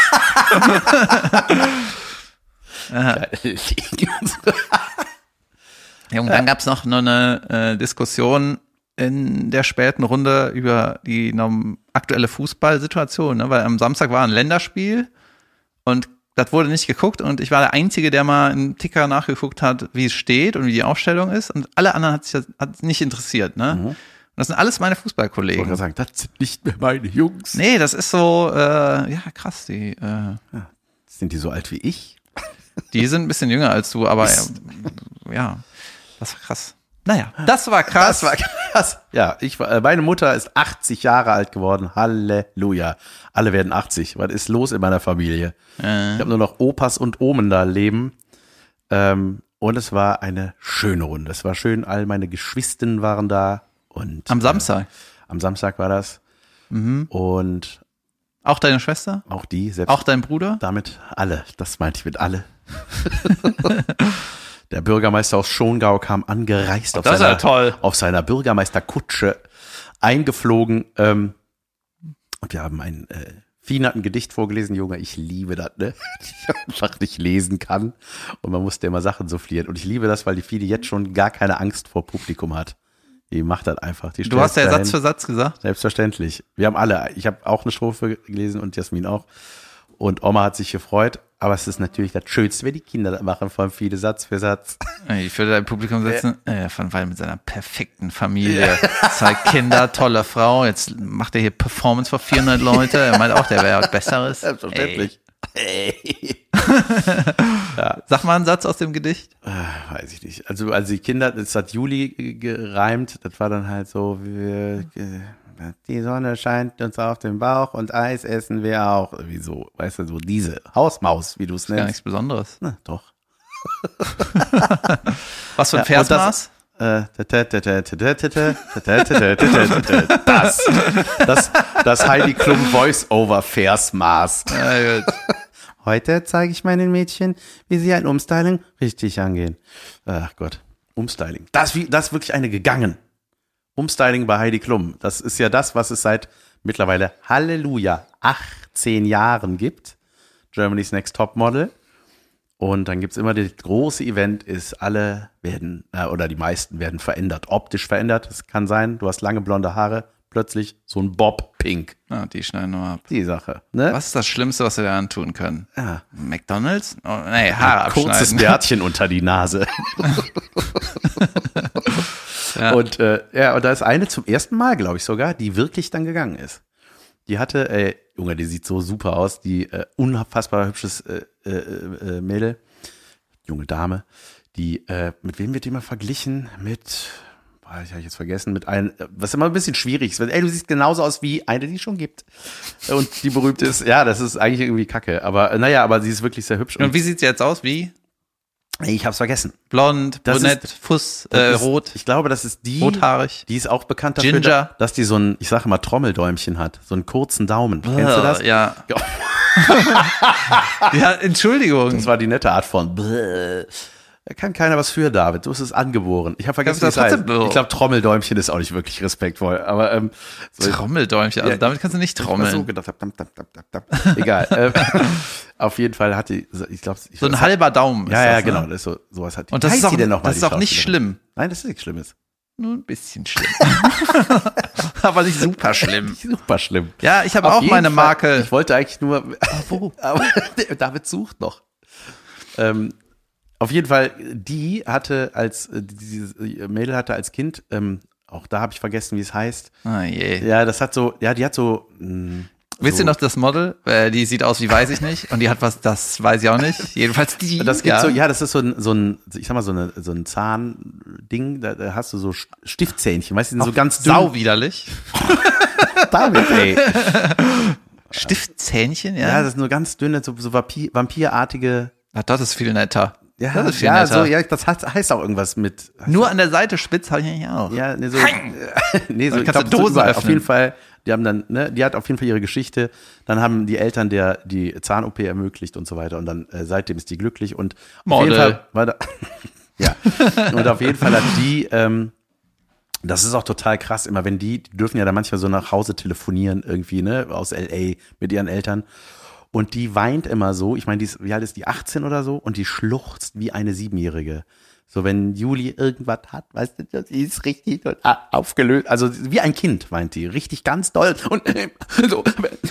Speaker 1: Ja, und dann gab's noch eine Diskussion in der späten Runde über die aktuelle Fußballsituation, ne? Weil am Samstag war ein Länderspiel und das wurde nicht geguckt und ich war der Einzige, der mal im Ticker nachgeguckt hat, wie es steht und wie die Aufstellung ist und alle anderen hat nicht interessiert, ne? Mhm. Und das sind alles meine Fußballkollegen. Ich wollte
Speaker 2: sagen, das sind nicht mehr meine Jungs.
Speaker 1: Nee, das ist so, krass,
Speaker 2: sind die so alt wie ich?
Speaker 1: Die sind ein bisschen jünger als du, aber das war krass. Naja, das war krass.
Speaker 2: Ja, meine Mutter ist 80 Jahre alt geworden. Halleluja. Alle werden 80. Was ist los in meiner Familie? Ich habe nur noch Opas und Omen da leben. Und es war eine schöne Runde. Es war schön, all meine Geschwistern waren da. Und
Speaker 1: am Samstag?
Speaker 2: Am Samstag war das. Mhm. Und
Speaker 1: auch deine Schwester?
Speaker 2: Auch die. Selbst
Speaker 1: auch dein Bruder?
Speaker 2: Damit alle. Das meinte ich mit alle. Der Bürgermeister aus Schongau kam angereist auf seiner Bürgermeisterkutsche eingeflogen. Und wir haben Fien hat ein Gedicht vorgelesen, Junge, ich liebe das, ne? Ich einfach nicht lesen kann. Und man musste immer Sachen soufflieren. Und ich liebe das, weil die Fine jetzt schon gar keine Angst vor Publikum hat. Die macht das einfach.
Speaker 1: Du hast ja Satz für Satz gesagt?
Speaker 2: Selbstverständlich. Wir haben alle. Ich habe auch eine Strophe gelesen und Jasmin auch. Und Oma hat sich gefreut. Aber es ist natürlich das Schönste, wenn die Kinder das machen, vor allem viele Satz für Satz.
Speaker 1: Ich würde da im Publikum sitzen, Van Weil mit seiner perfekten Familie, 2 Kinder, tolle Frau, jetzt macht er hier Performance vor 400 Leute, er meint auch, der wäre was Besseres.
Speaker 2: Selbstverständlich.
Speaker 1: Ja. Sag mal einen Satz aus dem Gedicht.
Speaker 2: Weiß ich nicht. Also die Kinder, das hat Juli gereimt, das war dann halt so, die Sonne scheint uns auf den Bauch und Eis essen wir auch. Irgendwie so, weißt du, so diese Hausmaus, wie du es nennst.
Speaker 1: Gar nichts Besonderes.
Speaker 2: Na, doch.
Speaker 1: Was für ein Versmaß?
Speaker 2: Das Heidi Klum Voice-Over Versmaß. Ja, heute zeige ich meinen Mädchen, wie sie ein Umstyling richtig angehen. Ach Gott, Umstyling. Das ist wirklich eine gegangen. Umstyling bei Heidi Klum. Das ist ja das, was es seit mittlerweile, Halleluja, 18 Jahren gibt. Germany's Next Topmodel. Und dann gibt's immer das große Event, alle werden, oder die meisten werden verändert, optisch verändert. Es kann sein, du hast lange blonde Haare, plötzlich so ein Bob-Pink.
Speaker 1: Ah, die schneiden wir ab.
Speaker 2: Die Sache. Ne?
Speaker 1: Was ist das Schlimmste, was wir da antun können? Ja. McDonald's? Oh, nee, Haare abschneiden.
Speaker 2: Kurzes Bärtchen unter die Nase. Ja. Und und da ist eine zum ersten Mal, glaube ich sogar, die wirklich dann gegangen ist. Die hatte, Junge, die sieht so super aus, die unfassbar hübsches Mädel, junge Dame, die, mit wem wird die immer verglichen? Mit, ich habe jetzt vergessen, mit einem, was immer ein bisschen schwierig ist. Ey, du siehst genauso aus wie eine, die es schon gibt. Und die berühmt ist, ja, das ist eigentlich irgendwie kacke. Aber naja, aber sie ist wirklich sehr hübsch.
Speaker 1: Und wie sieht sie jetzt aus? Wie?
Speaker 2: Ich hab's vergessen.
Speaker 1: Blond, brünett, rot.
Speaker 2: Ich glaube, das ist die.
Speaker 1: Rothaarig.
Speaker 2: Die ist auch bekannt dafür,
Speaker 1: Ginger.
Speaker 2: dass die so ein, ich sage immer, Trommeldäumchen hat. So einen kurzen Daumen. Kennst du das?
Speaker 1: Ja. Ja, Entschuldigung.
Speaker 2: Das war die nette Art von. Da kann keiner was für, David. Du hast es angeboren. Ich habe vergessen,
Speaker 1: Das
Speaker 2: wie es heißt.
Speaker 1: trotzdem-
Speaker 2: Ich glaube, Trommeldäumchen ist auch nicht wirklich respektvoll. Aber so,
Speaker 1: Trommeldäumchen, also
Speaker 2: Ja.
Speaker 1: damit kannst du nicht
Speaker 2: ich
Speaker 1: trommeln.
Speaker 2: so gedacht hab, egal. Auf jeden Fall hat die, ich glaube,
Speaker 1: So ein halber Daumen ist
Speaker 2: ja, ja,
Speaker 1: das,
Speaker 2: genau.
Speaker 1: Ne?
Speaker 2: Das ist so, sowas hat die.
Speaker 1: Und das
Speaker 2: Wie
Speaker 1: ist
Speaker 2: heißt
Speaker 1: auch,
Speaker 2: die denn noch mal,
Speaker 1: das
Speaker 2: die
Speaker 1: ist auch nicht
Speaker 2: Schauspielerin?
Speaker 1: schlimm.
Speaker 2: Nein, das ist nichts Schlimmes.
Speaker 1: Nur ein bisschen schlimm. Aber nicht super schlimm.
Speaker 2: Super schlimm.
Speaker 1: Ja, ich habe
Speaker 2: Auf
Speaker 1: auch
Speaker 2: jeden
Speaker 1: meine
Speaker 2: Fall,
Speaker 1: Marke.
Speaker 2: Ich wollte eigentlich nur.
Speaker 1: Wo?
Speaker 2: Aber David sucht noch. Auf jeden Fall, die hatte dieses Mädel hatte als Kind, auch da habe ich vergessen, wie es heißt.
Speaker 1: Ah je.
Speaker 2: Ja, das hat so, ja, die hat so.
Speaker 1: Wisst ihr noch das Model? Die sieht aus wie weiß ich nicht. Und die hat was, das weiß ich auch nicht. Jedenfalls die.
Speaker 2: Das gibt so, ja, das ist so ein, ich sag mal, so ein Zahnding, da hast du so Stiftzähnchen, weißt du, die sind so ganz dünn.
Speaker 1: Sauwiderlich.
Speaker 2: Damit, ey.
Speaker 1: Stiftzähnchen,
Speaker 2: Ja,
Speaker 1: ja.
Speaker 2: das sind nur ganz dünne, so vampirartige.
Speaker 1: Ach, das ist viel netter.
Speaker 2: Ja,
Speaker 1: Das ist viel
Speaker 2: ja,
Speaker 1: netter.
Speaker 2: so, ja, das heißt auch irgendwas mit.
Speaker 1: Nur an der Seite spitz habe ich eigentlich auch.
Speaker 2: Ja, nee, so. Nee, so
Speaker 1: Dann
Speaker 2: ich
Speaker 1: kannst du
Speaker 2: glaub, so
Speaker 1: Dosen
Speaker 2: überall. Auf
Speaker 1: öffnen.
Speaker 2: jeden Fall, die haben dann, ne, die hat auf jeden Fall ihre Geschichte. Dann haben die Eltern die Zahn-OP ermöglicht und so weiter. Und dann seitdem ist die glücklich und auf jeden
Speaker 1: Model.
Speaker 2: Fall war da. Ja. Und auf jeden Fall hat die, das ist auch total krass, immer wenn die dürfen ja dann manchmal so nach Hause telefonieren irgendwie, ne, aus LA mit ihren Eltern. Und die weint immer so, ich meine, wie alt ist die, 18 oder so? Und die schluchzt wie eine 7-Jährige. So, wenn Juli irgendwas hat, weißt du, die ist richtig aufgelöst. Also wie ein Kind weint die, richtig ganz doll. Und so,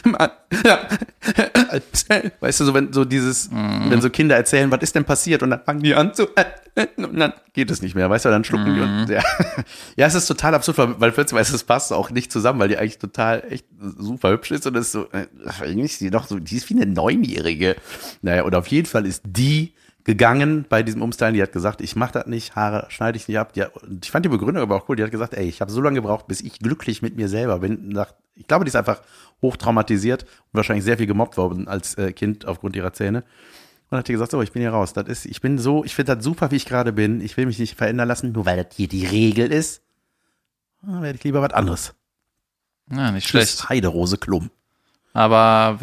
Speaker 2: ja, weißt du, so wenn so dieses, wenn so Kinder erzählen, was ist denn passiert? Und dann fangen die an zu, und dann geht es nicht mehr, weißt du, dann schlucken die und ja. Ja, es ist total absurd, weil plötzlich, weißt du, es passt auch nicht zusammen, weil die eigentlich total echt super hübsch ist und es ist so, irgendwie ist die doch so, die ist wie eine 9-Jährige. Naja, und auf jeden Fall ist die gegangen bei diesem Umstylen, die hat gesagt, ich mache das nicht, Haare schneide ich nicht ab. Und ich fand die Begründung aber auch cool, die hat gesagt, ey, ich habe so lange gebraucht, bis ich glücklich mit mir selber bin. Ich glaube, die ist einfach hochtraumatisiert und wahrscheinlich sehr viel gemobbt worden als Kind aufgrund ihrer Zähne. Und hat die gesagt, so, ich bin hier raus. Ich finde das super, wie ich gerade bin. Ich will mich nicht verändern lassen, nur weil das hier die Regel ist. Dann werde ich lieber was anderes.
Speaker 1: Ja, nicht
Speaker 2: Tschüss,
Speaker 1: schlecht.
Speaker 2: Heiderose Klum.
Speaker 1: Aber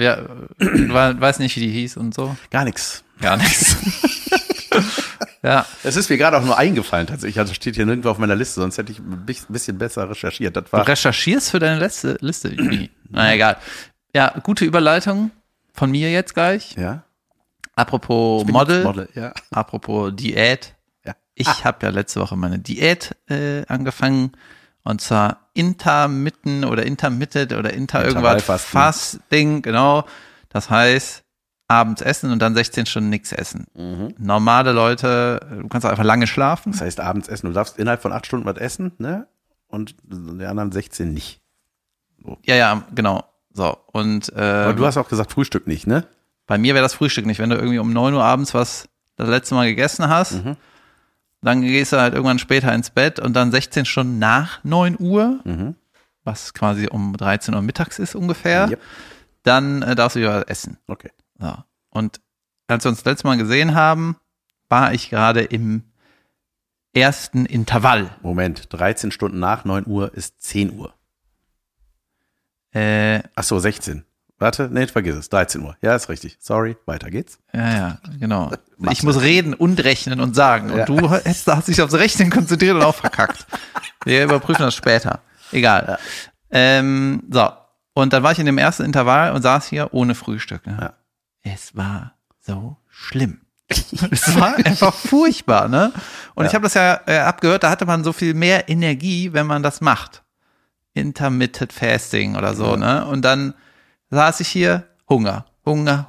Speaker 1: weiß nicht, wie die hieß und so.
Speaker 2: Gar nichts.
Speaker 1: Gar nichts. Ja.
Speaker 2: Es ist mir gerade auch nur eingefallen tatsächlich. Also steht hier nirgendwo auf meiner Liste, sonst hätte ich ein bisschen besser recherchiert. Das
Speaker 1: Du
Speaker 2: war
Speaker 1: recherchierst für deine letzte Liste. Na egal. Ja, gute Überleitung von mir jetzt gleich.
Speaker 2: ja.
Speaker 1: Apropos
Speaker 2: Ich bin
Speaker 1: Model,
Speaker 2: jetzt Model, ja.
Speaker 1: apropos Diät.
Speaker 2: Ja.
Speaker 1: Ich habe ja letzte Woche meine Diät angefangen. Und zwar Intermittent oder Intermittent oder Inter irgendwas
Speaker 2: Intervallfasten.
Speaker 1: Fasting, genau. Das heißt, abends essen und dann 16 Stunden nichts essen. Normale Leute, du kannst auch einfach lange schlafen.
Speaker 2: Das heißt, abends essen. Du darfst innerhalb von 8 Stunden was essen, ne? Und die anderen 16 nicht.
Speaker 1: Ja, genau. So, und
Speaker 2: Aber du hast auch gesagt, Frühstück nicht, ne?
Speaker 1: bei mir wäre das Frühstück nicht. Wenn du irgendwie um 9 Uhr abends was das letzte Mal gegessen hast, dann gehst du halt irgendwann später ins Bett und dann 16 Stunden nach 9 Uhr, was quasi um 13 Uhr mittags ist ungefähr,
Speaker 2: Yep.
Speaker 1: dann darfst du wieder essen.
Speaker 2: Okay.
Speaker 1: So. Und als wir uns das letzte Mal gesehen haben, war ich gerade im ersten Intervall.
Speaker 2: Moment, 13 Stunden nach 9 Uhr ist 10 Uhr.
Speaker 1: Ja,
Speaker 2: Ach so, 16. Warte, nee, vergiss es. 13 Uhr. Ja, ist richtig. Sorry, weiter geht's.
Speaker 1: genau.
Speaker 2: Mach's.
Speaker 1: Ich muss reden und rechnen und sagen. Und
Speaker 2: Ja.
Speaker 1: du hast dich aufs Rechnen konzentriert und auch verkackt. Wir überprüfen das später. Egal. So. Und dann war ich in dem ersten Intervall und saß hier ohne Frühstück. Ne?
Speaker 2: Ja.
Speaker 1: Es war so schlimm. Es war einfach furchtbar, ne? Und ich habe das ja abgehört, da hatte man so viel mehr Energie, wenn man das macht. Intermittent Fasting oder so, ne? Und dann saß ich hier, Hunger. Ne?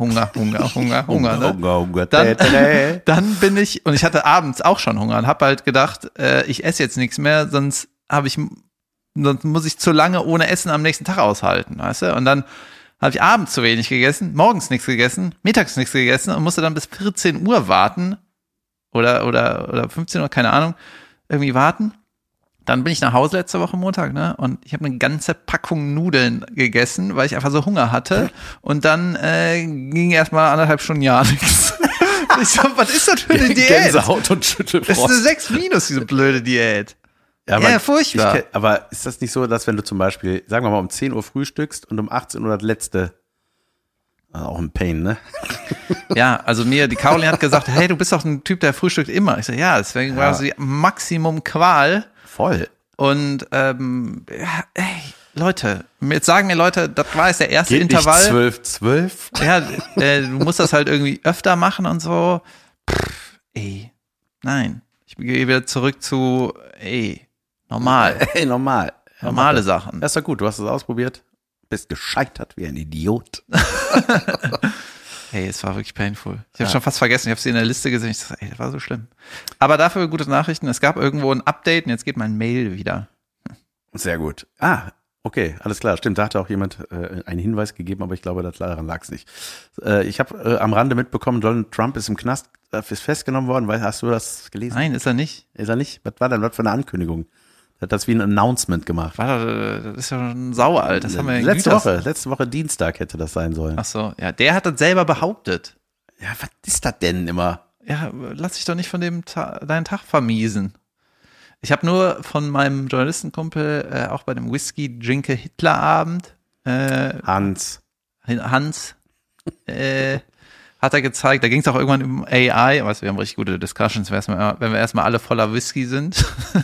Speaker 1: Dann bin ich, und ich hatte abends auch schon Hunger und habe halt gedacht, ich esse jetzt nichts mehr, sonst muss ich zu lange ohne Essen am nächsten Tag aushalten, weißt du? Und dann habe ich abends zu wenig gegessen, morgens nichts gegessen, mittags nichts gegessen und musste dann bis 14 Uhr warten oder 15 Uhr, keine Ahnung, irgendwie warten, Dann bin ich nach Hause letzte Woche Montag, ne? Und ich habe eine ganze Packung Nudeln gegessen, weil ich einfach so Hunger hatte. Und dann ging erstmal 1,5 Stunden ja nichts. Ich so, was ist das für eine Diät?
Speaker 2: Gänsehaut und Schüttelfrost.
Speaker 1: Das ist eine 6-, diese blöde Diät.
Speaker 2: Ja,
Speaker 1: furchtbar.
Speaker 2: Aber ist das nicht so, dass wenn du zum Beispiel, sagen wir mal, um 10 Uhr frühstückst und um 18 Uhr das letzte, auch ein Pain, ne?
Speaker 1: Ja, also die Caroline hat gesagt, hey, du bist doch ein Typ, der frühstückt immer. Ich so, ja, deswegen war sie Maximum Qual.
Speaker 2: Voll.
Speaker 1: Und Leute, jetzt sagen mir Leute, das war jetzt der erste
Speaker 2: Geht
Speaker 1: Intervall.
Speaker 2: Nicht 12.
Speaker 1: Ja, du musst das halt irgendwie öfter machen und so. Nein. Ich gehe wieder zurück zu, normal.
Speaker 2: Normal.
Speaker 1: Normale Sachen.
Speaker 2: Das ist doch gut, du hast es ausprobiert, bist gescheitert wie ein Idiot.
Speaker 1: Es war wirklich painful. Ich habe schon fast vergessen, ich habe sie in der Liste gesehen. Ich dachte, das war so schlimm. Aber dafür gute Nachrichten. Es gab irgendwo ein Update und jetzt geht mein Mail wieder.
Speaker 2: Sehr gut. Okay, alles klar. Stimmt, da hatte auch jemand einen Hinweis gegeben, aber ich glaube, daran lag es nicht. Ich habe am Rande mitbekommen, Donald Trump ist im Knast, ist festgenommen worden. Hast du das gelesen?
Speaker 1: Nein, ist er nicht.
Speaker 2: Ist er nicht? Was war denn was für eine Ankündigung? Er hat das wie ein Announcement gemacht.
Speaker 1: Das ist ja schon saualt. Das haben wir in
Speaker 2: letzte Woche Dienstag hätte das sein sollen.
Speaker 1: Ach so, ja, der hat das selber behauptet.
Speaker 2: Ja, was ist das denn immer?
Speaker 1: Ja, lass dich doch nicht von deinen Tag vermiesen. Ich habe nur von meinem Journalistenkumpel auch bei dem Whisky-Drinke-Hitler-Abend
Speaker 2: Hans
Speaker 1: hat er gezeigt, da ging es auch irgendwann um AI, weißt du, wir haben richtig gute Discussions, wenn wir erstmal alle voller Whisky sind.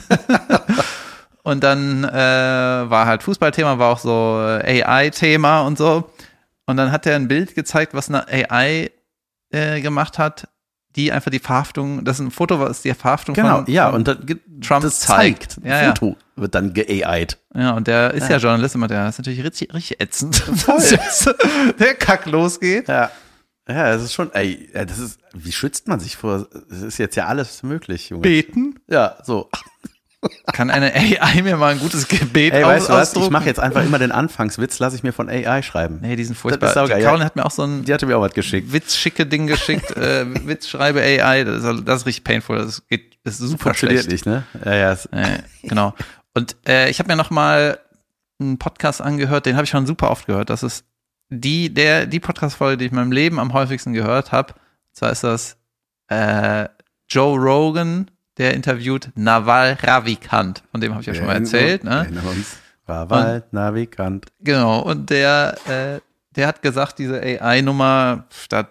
Speaker 1: Und dann war halt Fußballthema, war auch so AI-Thema und so. Und dann hat er ein Bild gezeigt, was eine AI gemacht hat, die einfach die Verhaftung, das ist ein Foto, was die Verhaftung von
Speaker 2: und
Speaker 1: Trump
Speaker 2: das zeigt.
Speaker 1: Ja,
Speaker 2: Foto wird dann ge-AI'd.
Speaker 1: Ja, und der ist ja Journalist, und der ist natürlich richtig ätzend, der Kack losgeht.
Speaker 2: Ja, es ist schon, wie schützt man sich vor, es ist jetzt ja alles möglich, Junge.
Speaker 1: Beten?
Speaker 2: Ja, so.
Speaker 1: Kann eine AI mir mal ein gutes Gebet
Speaker 2: weißt du was?
Speaker 1: ausdrucken?
Speaker 2: Ich mache jetzt einfach immer den Anfangswitz, lasse ich mir von AI schreiben.
Speaker 1: Nee, die sind furchtbar.
Speaker 2: Die
Speaker 1: Caroline hat mir auch so ein
Speaker 2: die hatte mir auch was geschickt.
Speaker 1: Witzschicke Ding geschickt, Witzschreibe AI, das ist richtig painful, das ist super
Speaker 2: Funktioniert
Speaker 1: schlecht.
Speaker 2: nicht, ne? Ja.
Speaker 1: Genau. Und ich habe mir noch mal einen Podcast angehört, den habe ich schon super oft gehört. Das ist die Podcast-Folge, die ich in meinem Leben am häufigsten gehört habe. Zwar ist das Joe Rogan, der interviewt Naval Ravikant. Von dem habe ich ja schon mal erzählt. Ne?
Speaker 2: Naval Ravikant.
Speaker 1: Genau, und der hat gesagt, diese AI-Nummer,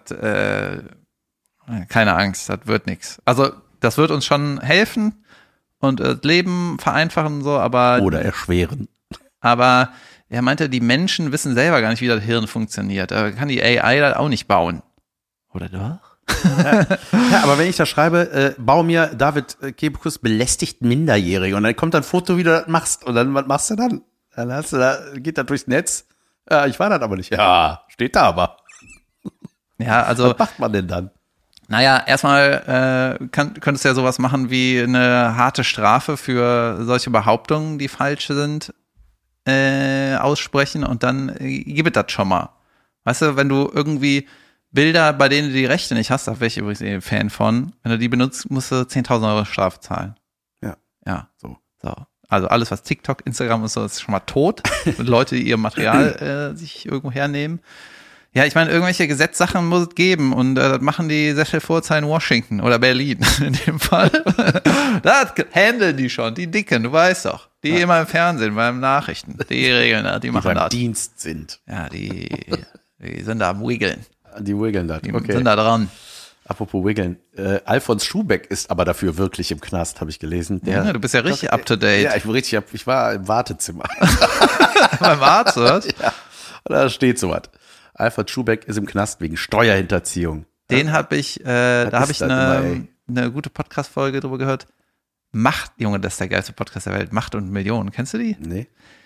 Speaker 1: keine Angst, das wird nichts. Also, das wird uns schon helfen und das Leben vereinfachen und so, aber...
Speaker 2: Oder erschweren.
Speaker 1: Aber er meinte, die Menschen wissen selber gar nicht, wie das Hirn funktioniert. Da kann die AI das auch nicht bauen. Oder doch?
Speaker 2: Ja, aber wenn ich da schreibe, bau mir David Kebekus belästigt Minderjährige und dann kommt ein Foto, wie du das machst und dann, was machst du dann? Geht das durchs Netz? Ja, ich war das aber nicht. Ja, steht da aber.
Speaker 1: Ja, also.
Speaker 2: Was macht man denn dann?
Speaker 1: Naja, erstmal könntest du ja sowas machen wie eine harte Strafe für solche Behauptungen, die falsch sind, aussprechen und dann gib es das schon mal. Weißt du, wenn du irgendwie Bilder, bei denen du die Rechte nicht hast, da wäre ich übrigens ein Fan von, wenn du die benutzt, musst du 10.000 Euro Strafe zahlen. Ja. So. Also alles, was TikTok, Instagram und so, ist schon mal tot. Leute, die ihr Material sich irgendwo hernehmen. Ja, ich meine, irgendwelche Gesetzsachen muss es geben und das machen die sehr schnell in Washington oder Berlin in dem Fall. Das handeln die schon, die Dicken, du weißt doch. Die immer im Fernsehen, beim Nachrichten. Die regeln das, die machen das.
Speaker 2: Die Dienst sind.
Speaker 1: Ja, die sind da am Wiggeln.
Speaker 2: Die wiggeln da.
Speaker 1: Die sind da dran.
Speaker 2: Apropos wiggeln. Alfons Schubeck ist aber dafür wirklich im Knast, habe ich gelesen.
Speaker 1: Du bist ja richtig up to date.
Speaker 2: Ja, ich war im Wartezimmer.
Speaker 1: Beim Arzt, oder?
Speaker 2: Ja, da steht sowas. Alfons Schubeck ist im Knast wegen Steuerhinterziehung.
Speaker 1: Den habe ich, da habe ich eine gute Podcast-Folge drüber gehört. Macht, Junge, das ist der geilste Podcast der Welt. Macht und Millionen. Kennst du die?
Speaker 2: Nee.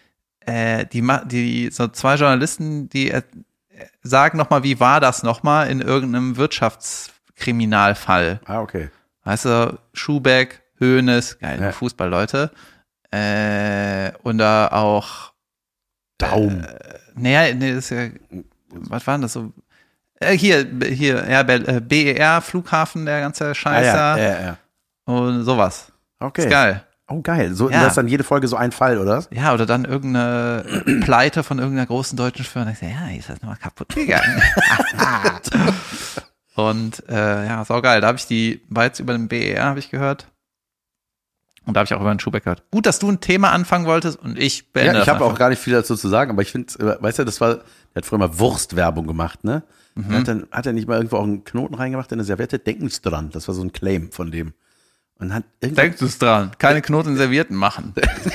Speaker 1: Die so zwei Journalisten, die sagen nochmal, wie war das nochmal in irgendeinem Wirtschaftskriminalfall.
Speaker 2: Okay.
Speaker 1: Weißt du, Schubeck, Hoeneß, geile Fußballleute. Und da auch
Speaker 2: Daum.
Speaker 1: Nee, das ist ja, was war denn das so? BER, Flughafen, der ganze Scheiß da.
Speaker 2: Ja.
Speaker 1: Und sowas.
Speaker 2: Okay.
Speaker 1: Ist geil.
Speaker 2: Oh, geil. So,
Speaker 1: Ja.
Speaker 2: das ist dann jede Folge so ein Fall, oder?
Speaker 1: Ja, oder dann irgendeine Pleite von irgendeiner großen deutschen Firma. Ich sag, ja, ist das nochmal kaputt gegangen. Und ja, ist auch geil. Da habe ich war jetzt über den BER, habe ich gehört. Und da habe ich auch über den Schubeck gehört. Gut, dass du ein Thema anfangen wolltest und ich beende
Speaker 2: Ja, ich
Speaker 1: das
Speaker 2: habe
Speaker 1: einfach.
Speaker 2: auch gar nicht viel dazu zu sagen, aber ich finde, weißt du, der hat früher mal Wurstwerbung gemacht, ne? Hat er nicht mal irgendwo auch einen Knoten reingemacht in eine Serviette? Denken Sie dran. Das war so ein Claim von dem. Und hat
Speaker 1: Denkst du es dran? Keine Knoten in Servietten machen.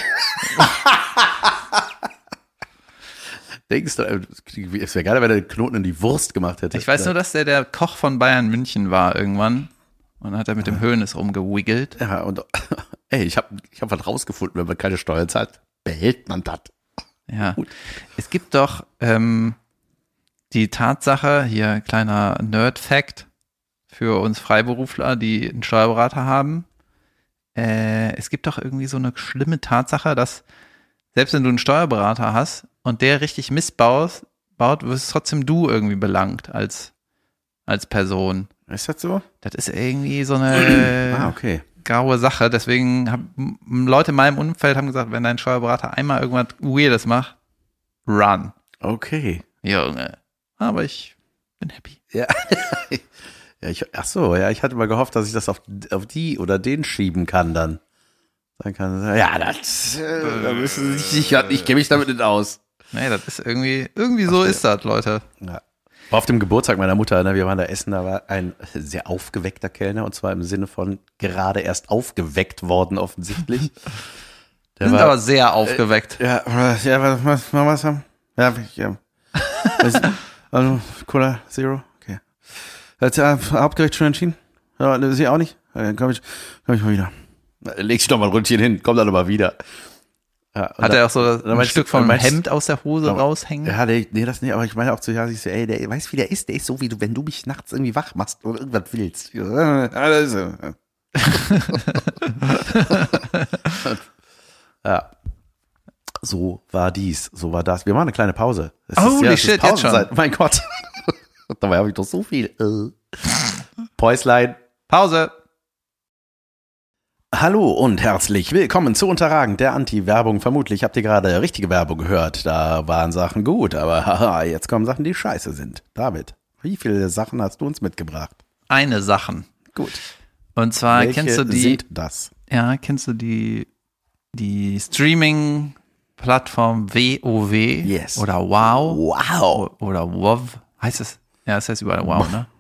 Speaker 2: Denkst du, es wäre geil, wenn er den Knoten in die Wurst gemacht hätte.
Speaker 1: Ich weiß nur, dass der Koch von Bayern München war irgendwann. Und dann hat er mit dem Hoeneß rumgewiggelt.
Speaker 2: Ja, und ey, ich hab was rausgefunden, wenn man keine Steuern zahlt, behält man das.
Speaker 1: Ja. Es gibt doch die Tatsache, hier kleiner Nerd-Fact für uns Freiberufler, die einen Steuerberater haben. Es gibt doch irgendwie so eine schlimme Tatsache, dass selbst wenn du einen Steuerberater hast und der richtig Mist baut, wirst trotzdem du irgendwie belangt als Person.
Speaker 2: Ist das so?
Speaker 1: Das ist irgendwie so eine
Speaker 2: Okay.
Speaker 1: graue Sache. Deswegen haben Leute in meinem Umfeld haben gesagt, wenn dein Steuerberater einmal irgendwas Weirdes macht, run.
Speaker 2: Okay.
Speaker 1: Junge. Aber ich bin happy.
Speaker 2: Ja. Ich hatte mal gehofft, dass ich das auf die oder den schieben kann dann. Sagen kann, ja, da müssen Sie sich, ich kenne mich damit nicht aus.
Speaker 1: Nee, das ist irgendwie so ist das, Leute.
Speaker 2: Ja. War auf dem Geburtstag meiner Mutter, ne, wir waren da essen, da war ein sehr aufgeweckter Kellner und zwar im Sinne von gerade erst aufgeweckt worden offensichtlich.
Speaker 1: Wir sind aber sehr aufgeweckt.
Speaker 2: Was haben? Ja. Also, Cola Zero, okay. Hat Hauptgericht schon entschieden? Ja, Sie auch nicht? Dann komm ich mal wieder. Leg dich doch mal ein Ründchen hin, komm dann aber wieder. Ja,
Speaker 1: hat er auch so ein Stück vom
Speaker 2: meinst,
Speaker 1: Hemd aus der Hose raushängen?
Speaker 2: Ja, nee, das nicht, aber ich meine auch zu Jasi, ey, der weiß, wie der ist so, wie du, wenn du mich nachts irgendwie wach machst oder irgendwas willst. Ja. So war das. Wir machen eine kleine Pause.
Speaker 1: Holy shit, jetzt schon.
Speaker 2: Mein Gott. Dabei habe ich doch so viel. Päuslein.
Speaker 1: Pause.
Speaker 2: Hallo und herzlich willkommen zu Unterragend, der Anti-Werbung. Vermutlich habt ihr gerade richtige Werbung gehört. Da waren Sachen gut, aber haha, jetzt kommen Sachen, die scheiße sind. David, wie viele Sachen hast du uns mitgebracht?
Speaker 1: Eine Sache.
Speaker 2: Gut.
Speaker 1: Und zwar
Speaker 2: Welche
Speaker 1: kennst du
Speaker 2: sind das?
Speaker 1: Ja, kennst du die Streaming-Plattform WoW?
Speaker 2: Yes.
Speaker 1: Oder WoW?
Speaker 2: Wow.
Speaker 1: Oder WoW? Heißt es? Ja, es heißt überall WoW, ne?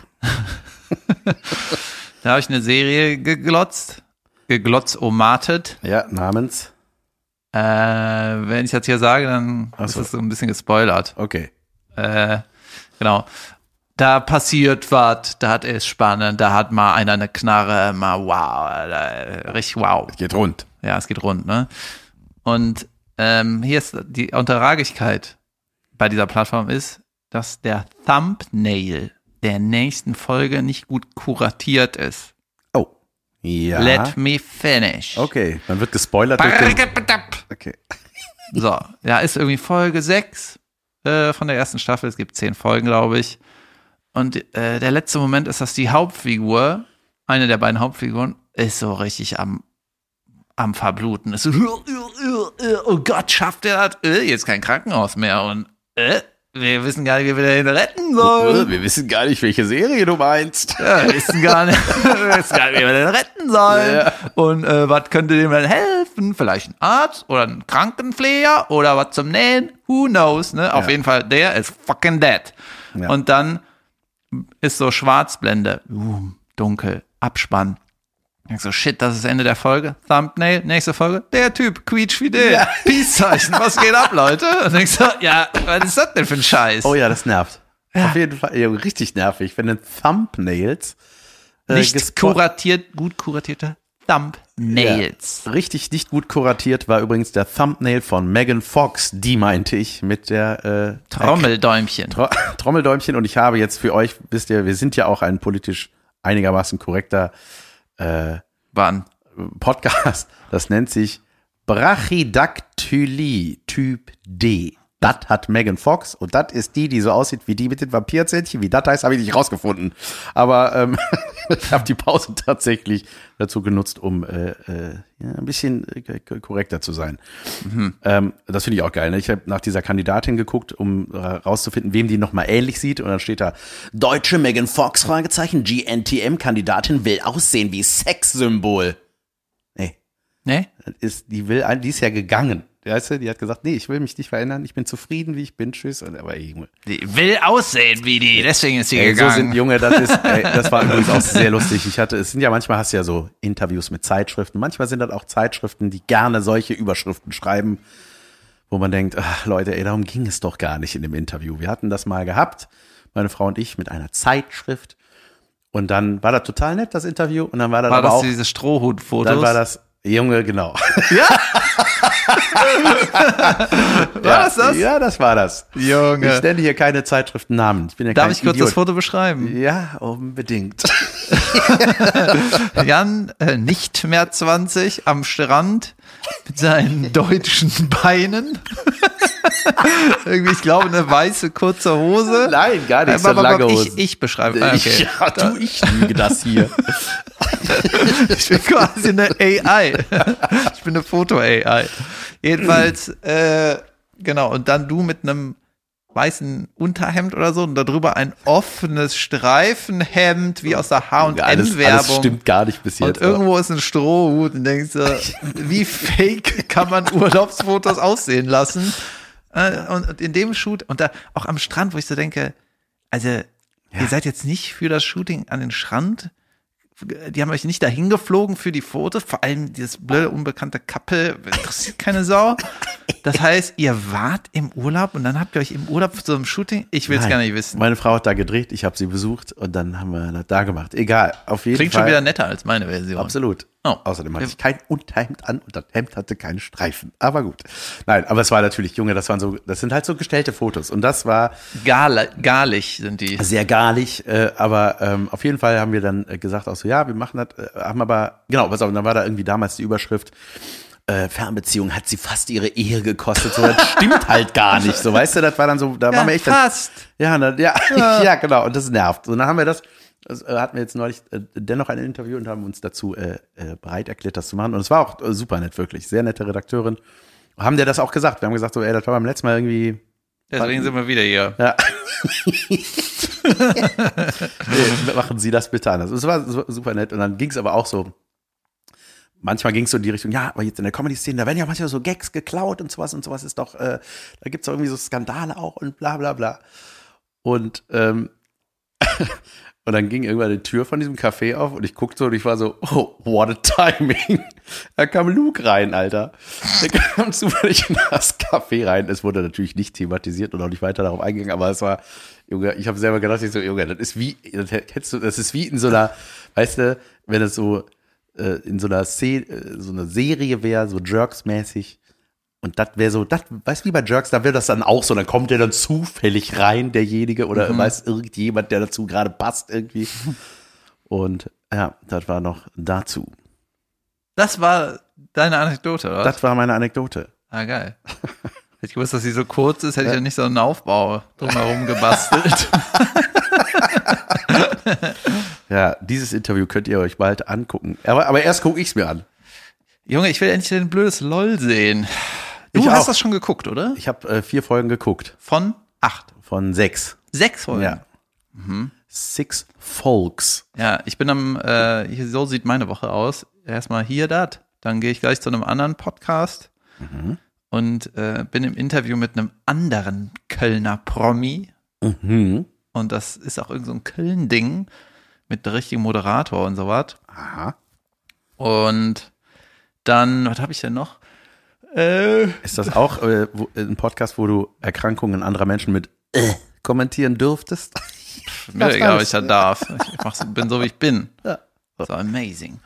Speaker 1: Da habe ich eine Serie geglotzomatet.
Speaker 2: Ja, namens?
Speaker 1: Wenn ich das hier sage, dann ist das so ein bisschen gespoilert.
Speaker 2: Okay.
Speaker 1: Genau. Da passiert was, da hat es spannend, da hat mal einer eine Knarre, mal wow, richtig wow.
Speaker 2: Geht rund.
Speaker 1: Ja, es geht rund, ne? Und hier ist die Unterragigkeit bei dieser Plattform ist, dass der Thumbnail der nächsten Folge nicht gut kuratiert ist.
Speaker 2: Oh. Ja.
Speaker 1: Let me finish.
Speaker 2: Okay, man wird gespoilert durch den... Okay.
Speaker 1: So, ja, ist irgendwie Folge 6 von der ersten Staffel. Es gibt 10 Folgen, glaube ich. Und der letzte Moment ist, dass die Hauptfigur, eine der beiden Hauptfiguren, ist so richtig am Verbluten. Ist so, oh Gott, schafft er das? Jetzt kein Krankenhaus mehr. Und wir wissen gar nicht, wie wir den retten sollen.
Speaker 2: Wir wissen gar nicht, welche Serie du meinst.
Speaker 1: Ja, wir wissen gar nicht, wie wir den retten sollen. Ja. Und was könnte dem denn helfen? Vielleicht ein Arzt oder ein Krankenpfleger oder was zum Nähen? Who knows? Ne? Auf jeden Fall, der ist fucking dead. Ja. Und dann ist so Schwarzblende, dunkel, Abspann. Ich so, shit, das ist das Ende der Folge. Thumbnail, nächste Folge. Der Typ, quietschfidel. Ja. Peace-Zeichen, was geht ab, Leute? Und ich so, ja, was ist das denn für ein Scheiß?
Speaker 2: Oh ja, das nervt. Ja. Auf jeden Fall, ja, richtig nervig, wenn Thumbnails
Speaker 1: nicht gut kuratierte Thumbnails.
Speaker 2: Ja, richtig nicht gut kuratiert war übrigens der Thumbnail von Megan Fox, die meinte ich, mit der
Speaker 1: Trommeldäumchen.
Speaker 2: Trommeldäumchen. Und ich habe jetzt für euch, wisst ihr, wir sind ja auch ein politisch einigermaßen korrekter Podcast, das nennt sich Brachydactylie Typ D. Das hat Megan Fox und das ist die so aussieht wie die mit den Vampirzähnchen. Wie das heißt, habe ich nicht rausgefunden. Aber ich habe die Pause tatsächlich dazu genutzt, um ein bisschen korrekter zu sein. Das finde ich auch geil. Ne? Ich habe nach dieser Kandidatin geguckt, um rauszufinden, wem die nochmal ähnlich sieht. Und dann steht da, deutsche Megan Fox, Fragezeichen, GNTM-Kandidatin will aussehen wie Sexsymbol.
Speaker 1: Nee?
Speaker 2: Die ist ja gegangen. Weißt du, die hat gesagt, nee, ich will mich nicht verändern, ich bin zufrieden, wie ich bin, tschüss. Aber Junge.
Speaker 1: Die will aussehen wie die, deswegen ist sie gegangen.
Speaker 2: So sind Junge, das war übrigens auch sehr lustig. Manchmal hast du ja so Interviews mit Zeitschriften, manchmal sind das auch Zeitschriften, die gerne solche Überschriften schreiben, wo man denkt, ach Leute, darum ging es doch gar nicht in dem Interview. Wir hatten das mal gehabt, meine Frau und ich, mit einer Zeitschrift. Und dann war das total nett, das Interview. Und dann war das aber auch
Speaker 1: diese Strohhut-Fotos?
Speaker 2: Dann war das, Junge, genau.
Speaker 1: Ja? War das?
Speaker 2: Ja, das war das.
Speaker 1: Junge.
Speaker 2: Ich nenne hier keine Zeitschriftennamen. Ich bin ja
Speaker 1: Darf
Speaker 2: kein
Speaker 1: ich kurz
Speaker 2: Idiot.
Speaker 1: das Foto beschreiben?
Speaker 2: Ja, unbedingt.
Speaker 1: Jan, nicht mehr 20, am Strand mit seinen deutschen Beinen. Irgendwie, ich glaube, eine weiße kurze Hose.
Speaker 2: Nein, gar nicht so lange Hose.
Speaker 1: Ich beschreibe. Okay.
Speaker 2: Ich lüge das hier.
Speaker 1: Ich bin quasi eine AI. Ich bin eine Foto-AI. Jedenfalls, genau, und dann du mit einem weißen Unterhemd oder so und darüber ein offenes Streifenhemd wie aus der H&M-Werbung.
Speaker 2: Alles stimmt gar nicht bis jetzt.
Speaker 1: Und irgendwo ist ein Strohhut und denkst du, wie fake kann man Urlaubsfotos aussehen lassen? Und in dem Shoot, und da auch am Strand, wo ich so denke, also ihr seid jetzt nicht für das Shooting an den Strand, die haben euch nicht dahin geflogen für die Fotos, vor allem dieses blöde, unbekannte Couple, interessiert keine Sau. Das heißt, ihr wart im Urlaub und dann habt ihr euch im Urlaub für so ein Shooting, ich will es gar nicht wissen.
Speaker 2: Meine Frau hat da gedreht, ich habe sie besucht und dann haben wir das da gemacht. Egal, auf jeden
Speaker 1: Klingt
Speaker 2: Fall.
Speaker 1: schon wieder netter als meine Version.
Speaker 2: Absolut.
Speaker 1: Oh.
Speaker 2: Außerdem hatte ich kein Unterhemd an und das Hemd hatte keine Streifen. Aber gut. Nein, aber es war natürlich, Junge, das sind halt so gestellte Fotos. Und das war
Speaker 1: garlig sind die.
Speaker 2: Sehr garlig, aber auf jeden Fall haben wir dann gesagt, auch so, ja, wir machen das, haben aber, genau, pass auf, dann war da irgendwie damals die Überschrift, Fernbeziehung hat sie fast ihre Ehe gekostet. So, das stimmt halt gar nicht. So, weißt du, das war dann so, da waren wir echt.
Speaker 1: Fast.
Speaker 2: Ja, genau, und das nervt. Und dann haben wir das hatten wir jetzt neulich dennoch ein Interview und haben uns dazu bereit erklärt, das zu machen. Und es war auch super nett, wirklich. Sehr nette Redakteurin. Haben der das auch gesagt? Wir haben gesagt, so, das war beim letzten Mal irgendwie.
Speaker 1: Deswegen sind wir wieder hier.
Speaker 2: Ja. Machen Sie das bitte anders. Es war super nett. Und dann ging es aber auch so. Manchmal ging es so in die Richtung, ja, aber jetzt in der Comedy-Szene, da werden ja manchmal so Gags geklaut und sowas ist doch, da gibt es doch irgendwie so Skandale auch und bla bla bla. Und und dann ging irgendwann die Tür von diesem Café auf und ich guckte so und ich war so, oh, what a timing. Da kam Luke rein, Alter. Der kam zufällig in das Café rein. Es wurde natürlich nicht thematisiert und auch nicht weiter darauf eingegangen, aber es war, Junge, ich habe selber gedacht, Junge, das ist wie in so einer, weißt du, wenn es so in so einer so eine Serie wäre, so Jerks-mäßig. Und das wäre so, weißt du, wie bei Jerks, da wäre das dann auch so, dann kommt der dann zufällig rein, derjenige, oder weiß irgendjemand, der dazu gerade passt irgendwie. Und ja, das war noch dazu.
Speaker 1: Das war deine Anekdote, oder?
Speaker 2: Das war meine Anekdote.
Speaker 1: Ah, geil. Hätte ich gewusst, dass sie so kurz ist, hätte ich ja nicht so einen Aufbau drumherum gebastelt.
Speaker 2: Ja, dieses Interview könnt ihr euch bald angucken. Aber erst gucke ich es mir an.
Speaker 1: Junge, ich will endlich ein blödes LOL sehen. Du hast das schon geguckt, oder?
Speaker 2: Ich habe 4 Folgen geguckt.
Speaker 1: Von 8?
Speaker 2: Von 6.
Speaker 1: 6 Folgen?
Speaker 2: Ja. 6 Folks.
Speaker 1: Ja, ich bin so sieht meine Woche aus. Erstmal hier das, dann gehe ich gleich zu einem anderen Podcast und bin im Interview mit einem anderen Kölner Promi. Und das ist auch irgend so ein Köln-Ding mit der richtigen Moderator und sowas.
Speaker 2: Aha.
Speaker 1: Und dann, was habe ich denn noch?
Speaker 2: Ist das auch ein Podcast, wo du Erkrankungen anderer Menschen mit kommentieren dürftest?
Speaker 1: Mir egal, ob ich das darf. Ich bin so, wie ich bin.
Speaker 2: Ja.
Speaker 1: So amazing.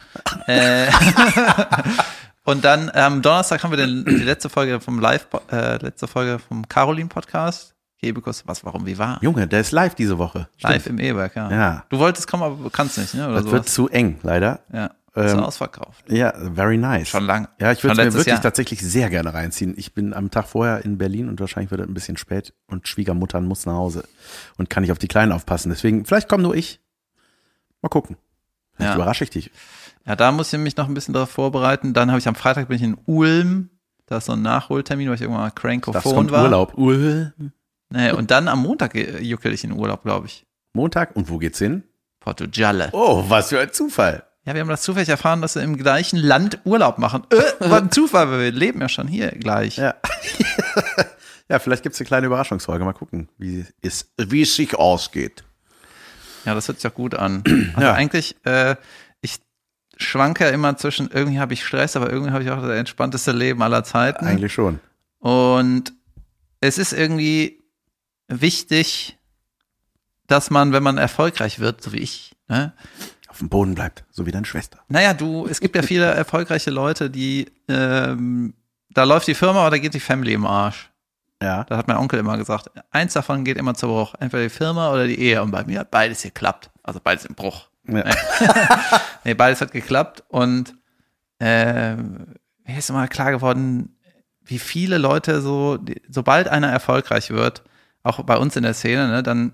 Speaker 1: Und dann am Donnerstag haben wir die letzte Folge vom Caroline-Podcast. Hebekos, was, warum, wie war?
Speaker 2: Junge, der ist live diese Woche.
Speaker 1: Live im E-Werk, ja.
Speaker 2: Ja.
Speaker 1: Du wolltest kommen, aber du kannst nicht, ne? Oder
Speaker 2: das wird zu eng, leider.
Speaker 1: Ja. Ist ausverkauft.
Speaker 2: Ja, very nice.
Speaker 1: Schon lange.
Speaker 2: Ja, ich würde
Speaker 1: Schon
Speaker 2: es mir wirklich
Speaker 1: Jahr.
Speaker 2: tatsächlich sehr gerne reinziehen. Ich bin am Tag vorher in Berlin und wahrscheinlich wird es ein bisschen spät und Schwiegermutter muss nach Hause und kann nicht auf die Kleinen aufpassen. Deswegen, vielleicht komme nur ich. Mal gucken. Vielleicht überrasche ich dich.
Speaker 1: Ja, da muss ich mich noch ein bisschen darauf vorbereiten. Dann habe ich am Freitag bin ich in Ulm. Da ist so ein Nachholtermin, weil ich irgendwann mal Crankophon war.
Speaker 2: Urlaub.
Speaker 1: Nee, und dann am Montag juckel ich in Urlaub, glaube ich.
Speaker 2: Montag. Und wo geht's hin?
Speaker 1: Portugal.
Speaker 2: Oh, was für ein Zufall.
Speaker 1: Ja, wir haben das zufällig erfahren, dass wir im gleichen Land Urlaub machen. Was ein Zufall, weil wir leben ja schon hier gleich.
Speaker 2: Ja. Ja, vielleicht gibt's eine kleine Überraschungsfolge. Mal gucken, wie es sich ausgeht.
Speaker 1: Ja, das hört sich auch gut an. Also eigentlich, ich schwanke ja immer zwischen, irgendwie habe ich Stress, aber irgendwie habe ich auch das entspannteste Leben aller Zeiten.
Speaker 2: Eigentlich schon.
Speaker 1: Und es ist irgendwie wichtig, dass man, wenn man erfolgreich wird, so wie ich, ne?
Speaker 2: Auf dem Boden bleibt, so wie deine Schwester.
Speaker 1: Naja, es gibt ja viele erfolgreiche Leute, die, da läuft die Firma oder geht die Family im Arsch.
Speaker 2: Ja.
Speaker 1: Das hat mein Onkel immer gesagt. Eins davon geht immer zu Bruch. Entweder die Firma oder die Ehe. Und bei mir hat beides geklappt. Also beides im Bruch.
Speaker 2: Ja.
Speaker 1: Nee, beides hat geklappt. Und mir ist immer klar geworden, wie viele Leute sobald einer erfolgreich wird, auch bei uns in der Szene, ne, dann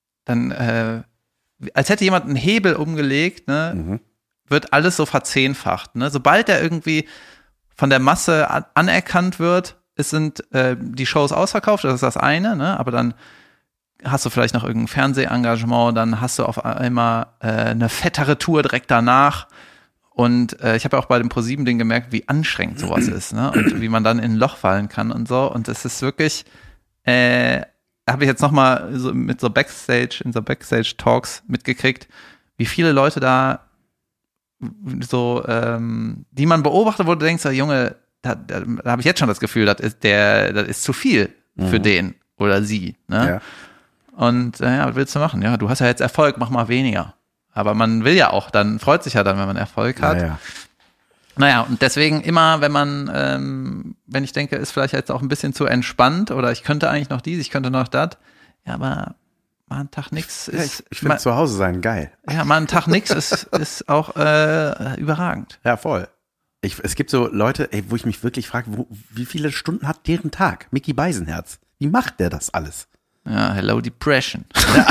Speaker 1: als hätte jemand einen Hebel umgelegt, ne, wird alles so verzehnfacht. Ne? Sobald er irgendwie von der Masse anerkannt wird, sind die Shows ausverkauft, das ist das eine, ne? Aber dann hast du vielleicht noch irgendein Fernsehengagement, dann hast du auf einmal eine fettere Tour direkt danach. Und ich habe ja auch bei dem ProSieben-Ding gemerkt, wie anstrengend sowas ist, ne? Und wie man dann in ein Loch fallen kann und so. Und es ist wirklich, habe ich jetzt nochmal so mit so Backstage-Talks mitgekriegt, wie viele Leute da so, die man beobachtet, wo du denkst, Junge, da habe ich jetzt schon das Gefühl, das ist zu viel für den oder sie. Ne?
Speaker 2: Ja.
Speaker 1: Und was willst du machen? Ja, du hast ja jetzt Erfolg, mach mal weniger. Aber man will ja auch, dann freut sich ja dann, wenn man Erfolg hat.
Speaker 2: Ja.
Speaker 1: Naja, und deswegen immer, wenn ich denke, ist vielleicht jetzt auch ein bisschen zu entspannt oder ich könnte eigentlich noch dies, ich könnte noch das. Ja, aber mal einen Tag nix ist.
Speaker 2: Ich finde zu Hause sein geil.
Speaker 1: Ja, mal einen Tag nix ist auch überragend.
Speaker 2: Ja, voll. Es gibt so Leute, wo ich mich wirklich frage, wie viele Stunden hat deren Tag? Mickey Beisenherz. Wie macht der das alles?
Speaker 1: Ja, Hello Depression.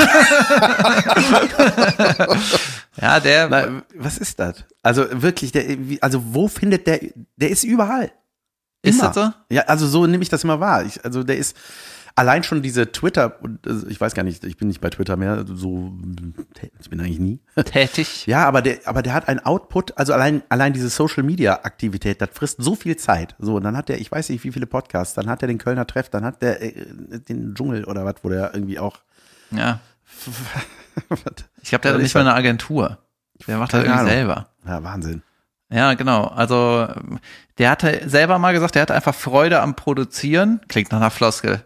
Speaker 1: Ja,
Speaker 2: was ist das? Also wirklich, wo findet der ist überall.
Speaker 1: Ist
Speaker 2: Immer.
Speaker 1: das so?
Speaker 2: Ja, also so nehme ich das immer wahr. Der ist allein schon diese Twitter, ich weiß gar nicht, ich bin nicht bei Twitter mehr, ich bin eigentlich nie
Speaker 1: tätig.
Speaker 2: Ja, aber der hat einen Output, also allein diese Social Media Aktivität, das frisst so viel Zeit. So, und dann hat der, ich weiß nicht wie viele Podcasts, dann hat er den Kölner Treff, dann hat der den Dschungel oder was, wo der irgendwie auch.
Speaker 1: Ja. Ich glaube, der hat nicht mal eine Agentur. Der macht das irgendwie selber.
Speaker 2: Ja, Wahnsinn.
Speaker 1: Ja, genau. Also, der hatte selber mal gesagt, der hatte einfach Freude am Produzieren. Klingt nach einer Floskel.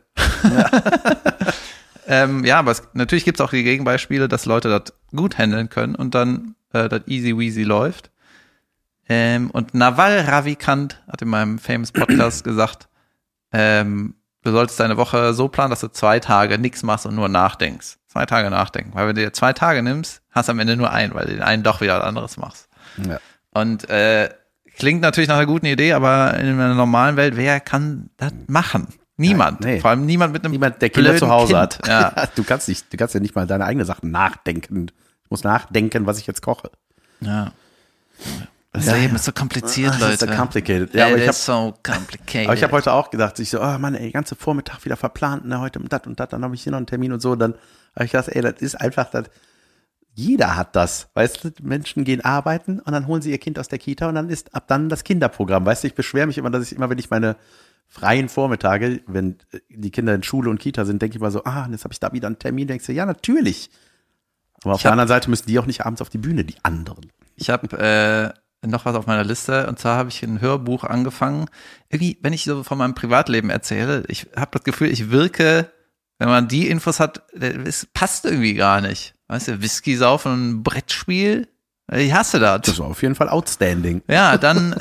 Speaker 1: Ja, aber natürlich gibt es auch die Gegenbeispiele, dass Leute das gut handeln können und dann das easy weasy läuft. Und Naval Ravikant hat in meinem Famous Podcast gesagt, du solltest deine Woche so planen, dass du 2 Tage nichts machst und nur nachdenkst. 2 Tage nachdenken. Weil wenn du dir 2 Tage nimmst, hast du am Ende nur einen, weil du den einen doch wieder was anderes machst.
Speaker 2: Ja.
Speaker 1: Und klingt natürlich nach einer guten Idee, aber in einer normalen Welt, wer kann das machen? Niemand.
Speaker 2: Ja, nee.
Speaker 1: Vor allem niemand mit einem
Speaker 2: der Kinder zu Hause
Speaker 1: kind
Speaker 2: hat.
Speaker 1: Ja.
Speaker 2: Du kannst ja nicht mal deine eigenen Sachen nachdenken. Ich muss nachdenken, was ich jetzt koche.
Speaker 1: Ja. Das Leben ist so kompliziert, Leute.
Speaker 2: Das ist so complicated. Ja, aber ich habe heute auch gedacht, oh Mann, ey, ganze Vormittag wieder verplant, ne, heute das und das, dann habe ich hier noch einen Termin und so, dann habe ich gedacht, ey, das ist einfach das. Jeder hat das, weißt du, Menschen gehen arbeiten und dann holen sie ihr Kind aus der Kita und dann ist ab dann das Kinderprogramm, weißt du, ich beschwere mich immer, wenn ich meine freien Vormittage, wenn die Kinder in Schule und Kita sind, denke ich mal so, jetzt habe ich da wieder einen Termin, denkst du, ja, natürlich. Aber auf der anderen Seite müssen die auch nicht abends auf die Bühne, die anderen.
Speaker 1: Ich habe noch was auf meiner Liste und zwar habe ich ein Hörbuch angefangen. Irgendwie, wenn ich so von meinem Privatleben erzähle, ich habe das Gefühl, ich wirke, wenn man die Infos hat, es passt irgendwie gar nicht. Weißt du, Whisky saufen und ein Brettspiel, ich hasse das.
Speaker 2: Das war auf jeden Fall outstanding.
Speaker 1: Ja, dann,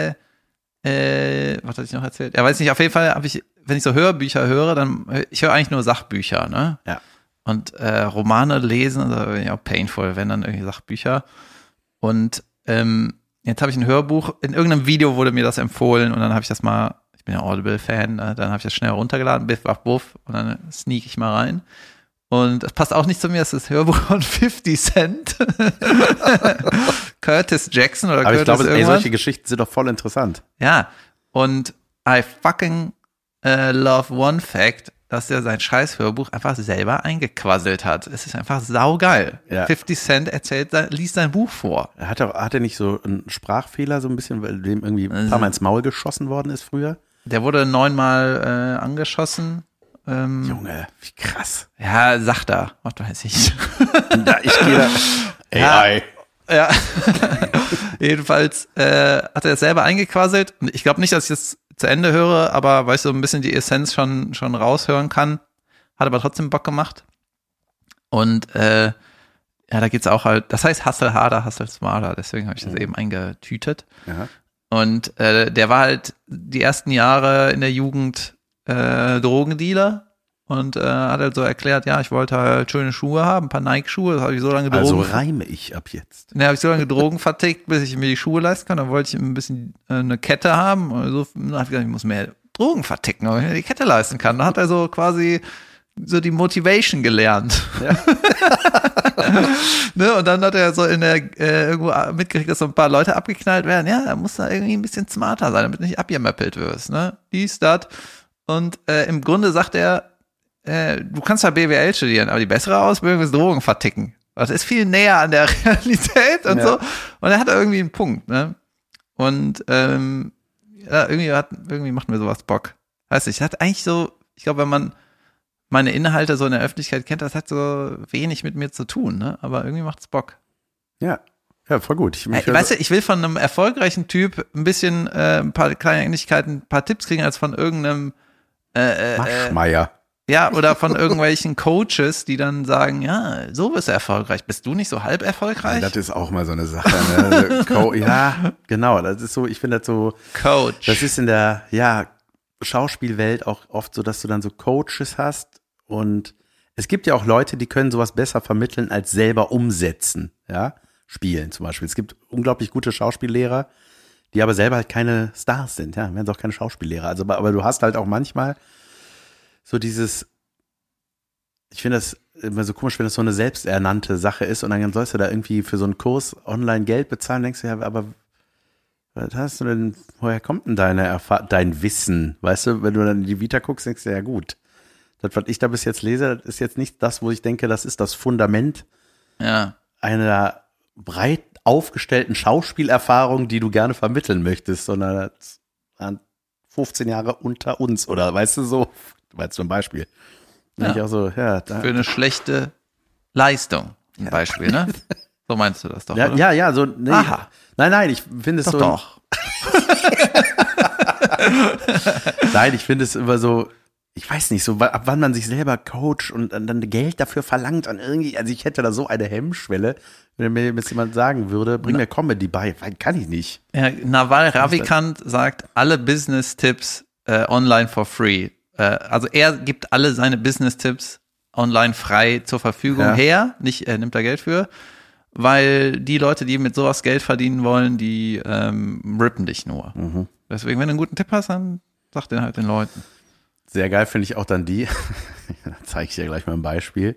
Speaker 1: was hatte ich noch erzählt? Ja, weiß nicht, auf jeden Fall habe ich, wenn ich so Hörbücher höre, ich höre eigentlich nur Sachbücher, ne?
Speaker 2: Ja.
Speaker 1: Und Romane lesen, da bin ich auch painful, wenn dann irgendwie Sachbücher. Und jetzt habe ich ein Hörbuch, in irgendeinem Video wurde mir das empfohlen und dann habe ich das mal, ich bin ja Audible-Fan, dann habe ich das schnell runtergeladen, biff, baff, buff, und dann sneak ich mal rein. Und das passt auch nicht zu mir, das ist das Hörbuch von 50 Cent. Curtis Jackson oder
Speaker 2: aber
Speaker 1: Curtis
Speaker 2: ich glaube,
Speaker 1: irgendwas.
Speaker 2: solche Geschichten sind doch voll interessant.
Speaker 1: Ja, und I fucking love one fact, dass er sein Scheiß-Hörbuch einfach selber eingequasselt hat. Es ist einfach saugeil.
Speaker 2: Ja.
Speaker 1: 50 Cent liest sein Buch vor.
Speaker 2: Hat er nicht so einen Sprachfehler so ein bisschen, weil dem irgendwie ein paar Mal ins Maul geschossen worden ist früher?
Speaker 1: Der wurde 9-mal angeschossen.
Speaker 2: Junge, wie krass.
Speaker 1: Ja, sagt er. Was weiß ich.
Speaker 2: Ja, ich gehe da. AI.
Speaker 1: Ja. Jedenfalls hat er es selber eingequasselt. Und ich glaube nicht, dass ich das zu Ende höre, aber weil ich so ein bisschen die Essenz schon raushören kann. Hat aber trotzdem Bock gemacht. Und ja, da geht's auch halt, das heißt Hustle Harder, Hustle Smarter. Deswegen habe ich das eben eingetütet.
Speaker 2: Ja.
Speaker 1: Und der war halt die ersten Jahre in der Jugend Drogendealer und hat halt so erklärt, ja, ich wollte halt schöne Schuhe haben, ein paar Nike-Schuhe, das habe ich so lange
Speaker 2: Also reime ich ab jetzt.
Speaker 1: habe ich so lange Drogen vertickt, bis ich mir die Schuhe leisten kann. Dann wollte ich ein bisschen eine Kette haben. Und so, dann hat er gesagt, ich muss mehr Drogen verticken, damit ich mir die Kette leisten kann. Dann hat er so quasi so die Motivation gelernt. Ja. Ne, und dann hat er so in der irgendwo mitgekriegt, dass so ein paar Leute abgeknallt werden. Ja, da muss da irgendwie ein bisschen smarter sein, damit du nicht abgemäppelt wirst. Ne? Dies, das. Und im Grunde sagt er, du kannst ja BWL studieren, aber die bessere Ausbildung ist Drogen verticken. Das ist viel näher an der Realität und so. Und er hat irgendwie einen Punkt, ne? Und ja, irgendwie macht mir sowas Bock. Weiß nicht, hat eigentlich so, ich glaube, wenn man meine Inhalte so in der Öffentlichkeit kennt, das hat so wenig mit mir zu tun, ne? Aber irgendwie macht's Bock.
Speaker 2: Ja, voll gut.
Speaker 1: Weißt du, ich will von einem erfolgreichen Typ ein bisschen ein paar kleine Ähnlichkeiten, ein paar Tipps kriegen, als von irgendeinem
Speaker 2: Maschmeyer.
Speaker 1: Ja, oder von irgendwelchen Coaches, die dann sagen, ja, so bist du erfolgreich. Bist du nicht so halb erfolgreich?
Speaker 2: Ja, das ist auch mal so eine Sache. Ne? Ja, genau. Das ist so, ich finde das so.
Speaker 1: Coach.
Speaker 2: Das ist in der, Schauspielwelt auch oft so, dass du dann so Coaches hast und es gibt ja auch Leute, die können sowas besser vermitteln als selber umsetzen, ja. Spielen zum Beispiel. Es gibt unglaublich gute Schauspiellehrer, die aber selber halt keine Stars sind, ja. Werden auch keine Schauspiellehrer. Also, aber du hast halt auch manchmal so dieses, ich finde das immer so komisch, wenn das so eine selbsternannte Sache ist und dann sollst du da irgendwie für so einen Kurs online Geld bezahlen, denkst du, ja, aber was hast du denn, woher kommt denn dein Wissen? Weißt du, wenn du dann in die Vita guckst, denkst du, ja gut, das, was ich da bis jetzt lese, das ist jetzt nicht das, wo ich denke, das ist das Fundament einer breit aufgestellten Schauspielerfahrung, die du gerne vermitteln möchtest, sondern das waren 15 Jahre unter uns oder weißt du so, war jetzt so ein Beispiel. Ich auch so, für
Speaker 1: eine schlechte Leistung, ein Beispiel, ne? So meinst du das doch, oder?
Speaker 2: Ja, so, nee.
Speaker 1: Aha.
Speaker 2: Nein, ich finde es so.
Speaker 1: Doch.
Speaker 2: Nein, ich finde es immer so, ich weiß nicht, so ab wann man sich selber coacht und dann Geld dafür verlangt an irgendwie, also ich hätte da so eine Hemmschwelle, wenn mir jetzt jemand sagen würde, bring mir Comedy bei, kann ich nicht.
Speaker 1: Ja, Naval Ravikant sagt, alle Business-Tipps online for free. Also er gibt alle seine Business-Tipps online frei zur Verfügung her, nicht, er nimmt da Geld für, weil die Leute, die mit sowas Geld verdienen wollen, die rippen dich nur. Mhm. Deswegen, wenn du einen guten Tipp hast, dann sag den halt den Leuten.
Speaker 2: Sehr geil finde ich auch dann die, zeige ich dir gleich mal ein Beispiel,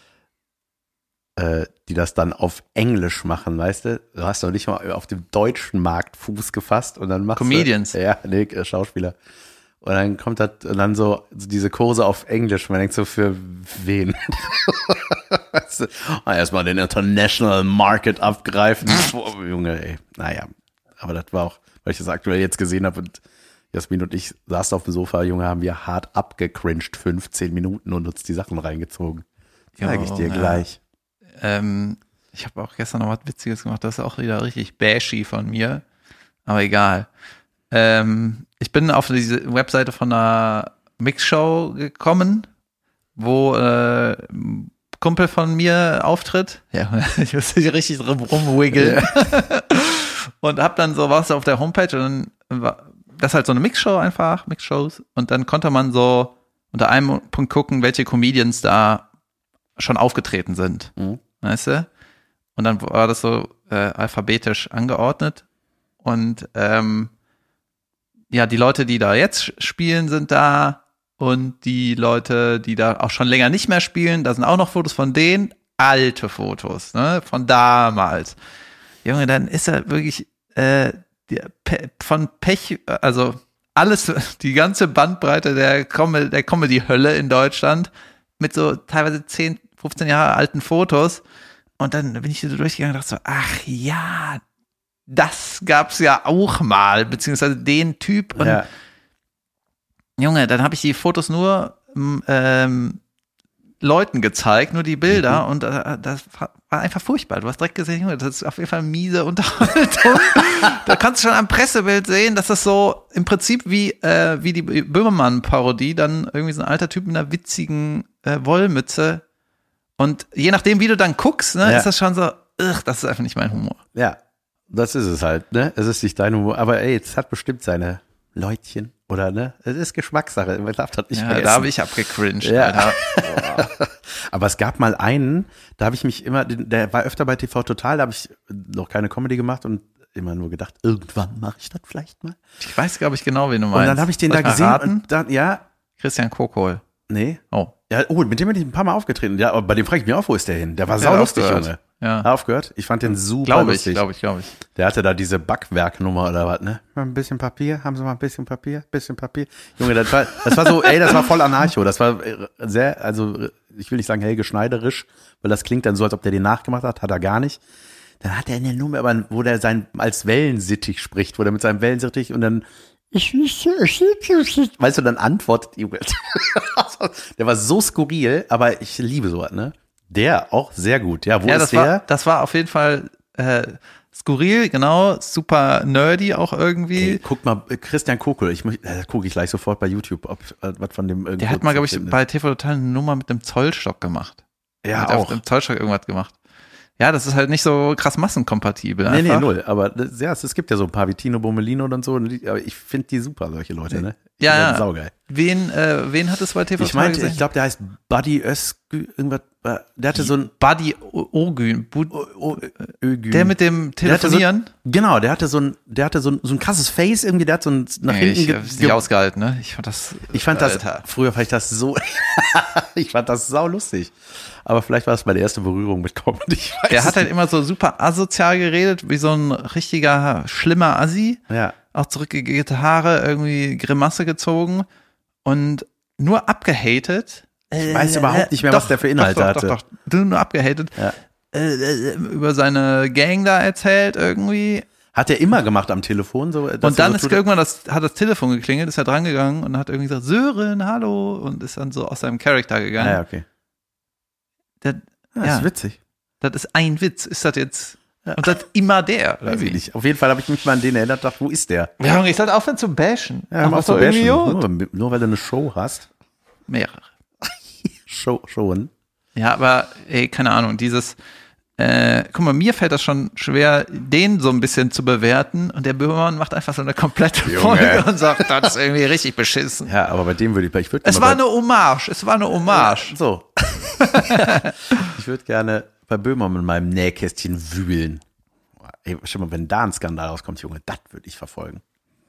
Speaker 2: die das dann auf Englisch machen, weißt du? Du hast doch nicht mal auf dem deutschen Markt Fuß gefasst und dann machst
Speaker 1: Comedians.
Speaker 2: Du, Schauspieler. Und dann kommt das, und dann so diese Kurse auf Englisch. Man denkt so, für wen? Weißt du? Erstmal den International Market abgreifen. Oh, Junge, ey. Naja, aber das war auch, weil ich das aktuell jetzt gesehen habe und Jasmin und ich saßen auf dem Sofa, Junge, haben wir hart abgecringed 15 Minuten und uns die Sachen reingezogen. Zeige ich dir gleich.
Speaker 1: Ich habe auch gestern noch was Witziges gemacht. Das ist auch wieder richtig bashy von mir. Aber egal. Ich bin auf diese Webseite von einer Mixshow gekommen, wo Kumpel von mir auftritt. Ja, ich muss hier richtig drum rumwiggeln. Ja. Und hab dann so was auf der Homepage und dann war das ist halt so eine Mixshow einfach, Mixshows. Und dann konnte man so unter einem Punkt gucken, welche Comedians da schon aufgetreten sind. Mhm. Weißt du? Und dann war das so alphabetisch angeordnet. und ja, die Leute, die da jetzt spielen, sind da und die Leute, die da auch schon länger nicht mehr spielen, da sind auch noch Fotos von denen, alte Fotos, ne, von damals. Junge, dann ist er wirklich von Pech, also alles, die ganze Bandbreite der Comedy-Hölle in Deutschland mit so teilweise 10, 15 Jahre alten Fotos. Und dann bin ich so durchgegangen und dachte so, ach ja, das gab's ja auch mal, beziehungsweise den Typ. Und Junge, dann habe ich die Fotos nur Leuten gezeigt, nur die Bilder und das war einfach furchtbar. Du hast direkt gesehen, Junge, das ist auf jeden Fall miese Unterhaltung. Da kannst du schon am Pressebild sehen, dass das so im Prinzip wie die Böhmermann-Parodie dann irgendwie so ein alter Typ mit einer witzigen Wollmütze. Und je nachdem, wie du dann guckst, ne, ist das schon so, das ist einfach nicht mein Humor.
Speaker 2: Ja, das ist es halt, ne? Es ist nicht dein Humor, aber ey, es hat bestimmt seine Leutchen, oder, ne? Es ist Geschmackssache, man darf das nicht vergessen.
Speaker 1: Da habe ich abgecringed,
Speaker 2: ja.
Speaker 1: Alter.
Speaker 2: Aber es gab mal einen, da habe ich mich immer, der war öfter bei TV Total, da habe ich noch keine Comedy gemacht und immer nur gedacht, irgendwann mache ich das vielleicht mal.
Speaker 1: Ich weiß, glaube ich, genau, wen du meinst.
Speaker 2: Und dann habe ich den da gesehen und dann,
Speaker 1: Christian Kokohl.
Speaker 2: Nee.
Speaker 1: Oh.
Speaker 2: Ja, mit dem bin ich ein paar Mal aufgetreten. Ja, aber bei dem frage ich mich auch, wo ist der hin? Der war saulustig, Junge.
Speaker 1: Ja.
Speaker 2: Aufgehört? Ich fand den super lustig.
Speaker 1: Glaube ich.
Speaker 2: Der hatte da diese Backwerknummer oder was, ne? Ein bisschen Papier, haben Sie mal ein bisschen Papier? Junge, das war so, das war voll Anarcho. Das war sehr, also ich will nicht sagen Helge Schneiderisch, weil das klingt dann so, als ob der den nachgemacht hat er gar nicht. Dann hat er eine Nummer, aber wo der als Wellensittich spricht, wo der mit seinem Wellensittich und dann weißt du, dann antwortet Junge. Der war so skurril, aber ich liebe sowas, ne? Der auch sehr gut. Ja, wo ist der?
Speaker 1: Das war auf jeden Fall skurril, genau, super nerdy auch irgendwie.
Speaker 2: Ey, guck mal, Christian Kokel, gucke ich gleich sofort bei YouTube, ob was von dem
Speaker 1: Der hat mal, glaube ich, bei TV Total eine Nummer mit dem Zollstock gemacht.
Speaker 2: Ja,
Speaker 1: hat auch. Mit dem Zollstock irgendwas gemacht. Ja, das ist halt nicht so krass massenkompatibel einfach.
Speaker 2: Nee, null. Aber es gibt ja so ein paar wie Tino Bommelino und so. Aber ich finde die super, solche Leute, ne?
Speaker 1: Ja,
Speaker 2: saugeil.
Speaker 1: Wen hat es bei TV gesehen?
Speaker 2: Ich glaube, der heißt Buddy Özgü, irgendwas. Der hatte so ein
Speaker 1: Buddy Ogün. Der mit dem Telefonieren?
Speaker 2: Der hatte so ein krasses Face irgendwie, der hat so ein nach hinten.
Speaker 1: Ich hab's nicht ausgehalten, ne? Ich fand das
Speaker 2: so, ich fand das sau lustig. Aber vielleicht war es meine erste Berührung mit Comedy.
Speaker 1: Der hat halt immer so super asozial geredet, wie so ein richtiger, schlimmer Assi.
Speaker 2: Ja.
Speaker 1: Auch zurückgegelte Haare, irgendwie Grimasse gezogen und nur abgehatet.
Speaker 2: Ich weiß überhaupt nicht mehr, was der für Inhalte hatte.
Speaker 1: Doch, nur abgehatet.
Speaker 2: Ja.
Speaker 1: Über seine Gang da erzählt irgendwie.
Speaker 2: Hat er immer gemacht am Telefon. So,
Speaker 1: und dann ist irgendwann hat das Telefon geklingelt, ist er drangegangen und hat irgendwie gesagt, Sören, hallo, und ist dann so aus seinem Charakter gegangen.
Speaker 2: Ja, okay. Das ist witzig.
Speaker 1: Das ist ein Witz. Ist das jetzt... Und das immer der.
Speaker 2: Weiß ich nicht. Auf jeden Fall habe ich mich mal an den erinnert, dachte, wo ist der?
Speaker 1: Ja, ich sollte aufhören zu bashen.
Speaker 2: Ja, mach so bashen. Nur weil du eine Show hast.
Speaker 1: Mehrere.
Speaker 2: Showen.
Speaker 1: Ja, aber ey, keine Ahnung, dieses guck mal, mir fällt das schon schwer, den so ein bisschen zu bewerten und der Böhmermann macht einfach so eine komplette Folge und sagt, das ist irgendwie richtig beschissen.
Speaker 2: Ja, aber bei dem würde ich
Speaker 1: Es war eine Hommage.
Speaker 2: So. Ich würde gerne bei Böhmermann in meinem Nähkästchen wühlen. Ey, schau mal, wenn da ein Skandal rauskommt, Junge, das würde ich verfolgen.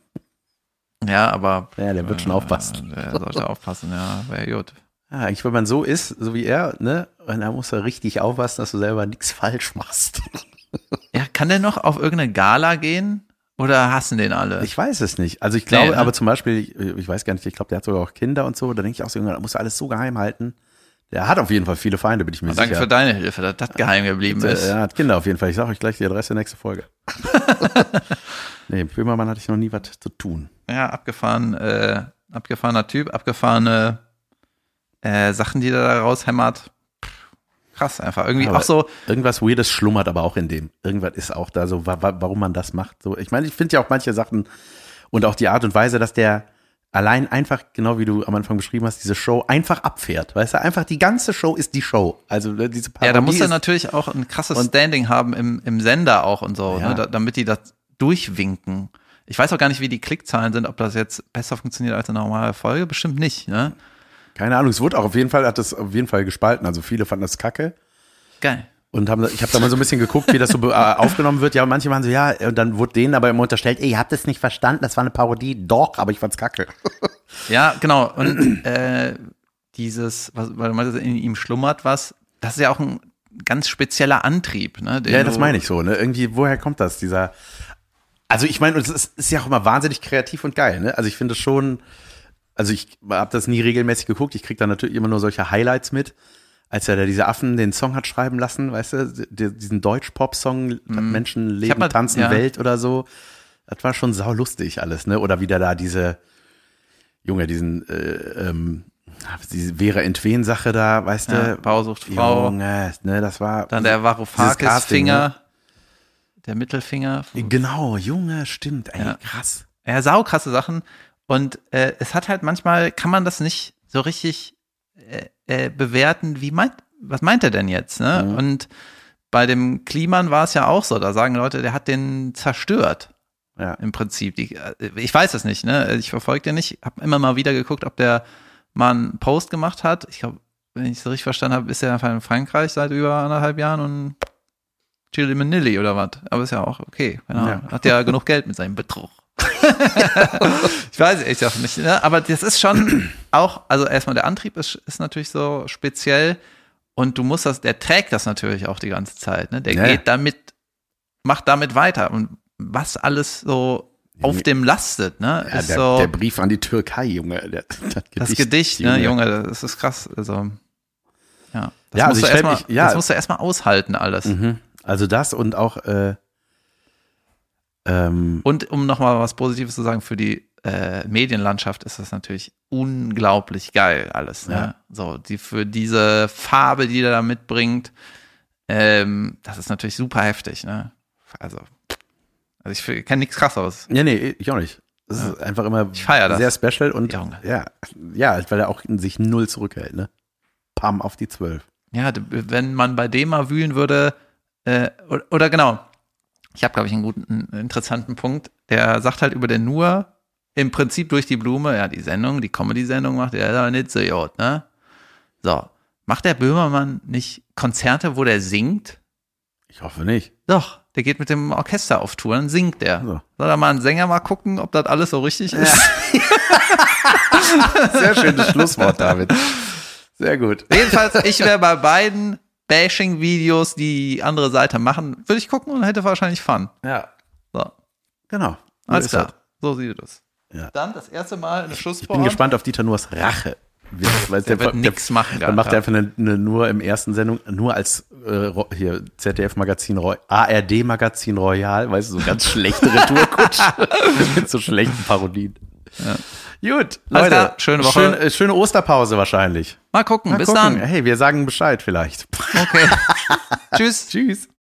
Speaker 1: Ja, aber...
Speaker 2: Ja, der wird schon aufpassen.
Speaker 1: Der sollte aufpassen, ja, wäre gut.
Speaker 2: Ja, eigentlich, wenn man so ist, so wie er, ne, und da musst du richtig aufpassen, dass du selber nichts falsch machst.
Speaker 1: Ja, kann der noch auf irgendeine Gala gehen? Oder hassen den alle?
Speaker 2: Ich weiß es nicht. Also ich glaube, aber zum Beispiel, ich weiß gar nicht, ich glaube, der hat sogar auch Kinder und so, da denke ich auch so, da musst du alles so geheim halten. Der hat auf jeden Fall viele Feinde, bin ich mir sicher.
Speaker 1: Danke für deine Hilfe, dass das geheim geblieben ist.
Speaker 2: Er hat Kinder auf jeden Fall. Ich sage euch gleich die Adresse nächste Folge. Nee, mit Böhmermann hatte ich noch nie was zu tun.
Speaker 1: Ja, abgefahrener Typ, abgefahrene Sachen, die der da raushämmert. Krass einfach. Irgendwie
Speaker 2: aber
Speaker 1: auch so.
Speaker 2: Irgendwas Weirdes schlummert aber auch in dem. Irgendwas ist auch da so, warum man das macht. So, ich meine, ich finde ja auch manche Sachen und auch die Art und Weise, dass der allein einfach, genau wie du am Anfang beschrieben hast, diese Show einfach abfährt. Weißt du, einfach die ganze Show ist die Show. Also diese Parodie.
Speaker 1: Ja, da muss er natürlich auch ein krasses Standing haben im Sender auch und so,
Speaker 2: ja.
Speaker 1: ne, damit die das durchwinken. Ich weiß auch gar nicht, wie die Klickzahlen sind, ob das jetzt besser funktioniert als eine normale Folge. Bestimmt nicht, ne?
Speaker 2: Keine Ahnung, es wurde auch hat das auf jeden Fall gespalten. Also viele fanden das kacke.
Speaker 1: Geil.
Speaker 2: Und ich habe da mal so ein bisschen geguckt, wie das so aufgenommen wird. Ja, und manche waren so, ja, und dann wurde denen aber immer unterstellt, ihr habt es nicht verstanden, das war eine Parodie. Doch, aber ich fand's kacke.
Speaker 1: Ja, genau. Und weil du meintest, in ihm schlummert was, das ist ja auch ein ganz spezieller Antrieb. Ne,
Speaker 2: ja, das meine ich so. Ne? Irgendwie, woher kommt das? Also ich meine, es ist ja auch immer wahnsinnig kreativ und geil. Ne? Also ich finde schon, also ich habe das nie regelmäßig geguckt. Ich kriege da natürlich immer nur solche Highlights mit. Als er da diese Affen den Song hat schreiben lassen, weißt du, diesen Deutsch-Pop-Song, Menschen leben, tanzen, Welt oder so. Das war schon saulustig alles, ne? Oder wieder da diese Vera Entwen-Sache da, weißt du?
Speaker 1: Bausucht Frau.
Speaker 2: Junge, ne, das war.
Speaker 1: Dann der Varoufakis-Finger, ne? Der Mittelfinger.
Speaker 2: Genau, Junge, stimmt, ey, krass.
Speaker 1: Ja, saukrasse Sachen. Und es hat halt manchmal, kann man das nicht so richtig bewerten, was meint er denn jetzt, ne? Mhm. Und bei dem Kliman war es ja auch so, da sagen Leute, der hat den zerstört. Ja. Im Prinzip. Ich weiß es nicht, ne? Ich verfolge den nicht, habe immer mal wieder geguckt, ob der mal einen Post gemacht hat. Ich glaube, wenn ich es richtig verstanden habe, ist er einfach in Frankreich seit über 1,5 Jahren und chillt mit Nilly oder was. Aber ist ja auch okay. Genau. Ja. Hat ja genug Geld mit seinem Betrug. Ich weiß echt auch nicht, ne? Aber das ist schon auch, also erstmal der Antrieb ist natürlich so speziell und der trägt das natürlich auch die ganze Zeit, ne? Der geht damit, macht damit weiter und was alles so auf dem lastet, ne?
Speaker 2: Ja,
Speaker 1: ist
Speaker 2: der Brief an die Türkei, Junge.
Speaker 1: Das Gedicht, ne, Junge, das ist krass. Also, ja.
Speaker 2: Das
Speaker 1: musst du erstmal aushalten, alles.
Speaker 2: Mhm. Also das und auch
Speaker 1: und um nochmal was Positives zu sagen, für die Medienlandschaft ist das natürlich unglaublich geil alles. Ne? Ja. So, für diese Farbe, die der da mitbringt, das ist natürlich super heftig. Ne? Also ich kenne nichts Krasseres.
Speaker 2: Ja, nee, ich auch nicht. Das ist einfach immer sehr special und ja, weil er auch in sich null zurückhält. Ne? Pam auf die 12.
Speaker 1: Ja, wenn man bei dem mal wühlen würde, oder genau, ich habe, glaube ich, einen interessanten Punkt. Der sagt halt über den Nur im Prinzip durch die Blume, ja, die Comedy-Sendung macht er aber nicht so gut, ne? So, macht der Böhmermann nicht Konzerte, wo der singt?
Speaker 2: Ich hoffe nicht.
Speaker 1: Doch, der geht mit dem Orchester auf Tour, dann singt der. So. Soll da mal einen Sänger mal gucken, ob das alles so richtig ist?
Speaker 2: Ja. Sehr schönes Schlusswort, David. Sehr gut.
Speaker 1: Jedenfalls, ich wäre bei beiden Bashing-Videos, die andere Seite machen, würde ich gucken und hätte wahrscheinlich Fun.
Speaker 2: Ja.
Speaker 1: So.
Speaker 2: Genau.
Speaker 1: Alles klar. So sieht das.
Speaker 2: Ja.
Speaker 1: Dann das erste Mal eine Schlusswort.
Speaker 2: Ich bin gespannt auf Dieter Nuhrs Rache.
Speaker 1: Der wird nichts machen.
Speaker 2: Dann macht er einfach eine nur im ersten Sendung, nur als hier ZDF-Magazin, ARD-Magazin Royal, weißt du, so ganz schlechte Retourkutsche mit so schlechten Parodien.
Speaker 1: Ja.
Speaker 2: Gut, Leute,
Speaker 1: schöne Woche.
Speaker 2: Schöne Osterpause wahrscheinlich.
Speaker 1: Mal gucken, bis dann.
Speaker 2: Hey, wir sagen Bescheid vielleicht.
Speaker 1: Okay. Tschüss.
Speaker 2: Tschüss.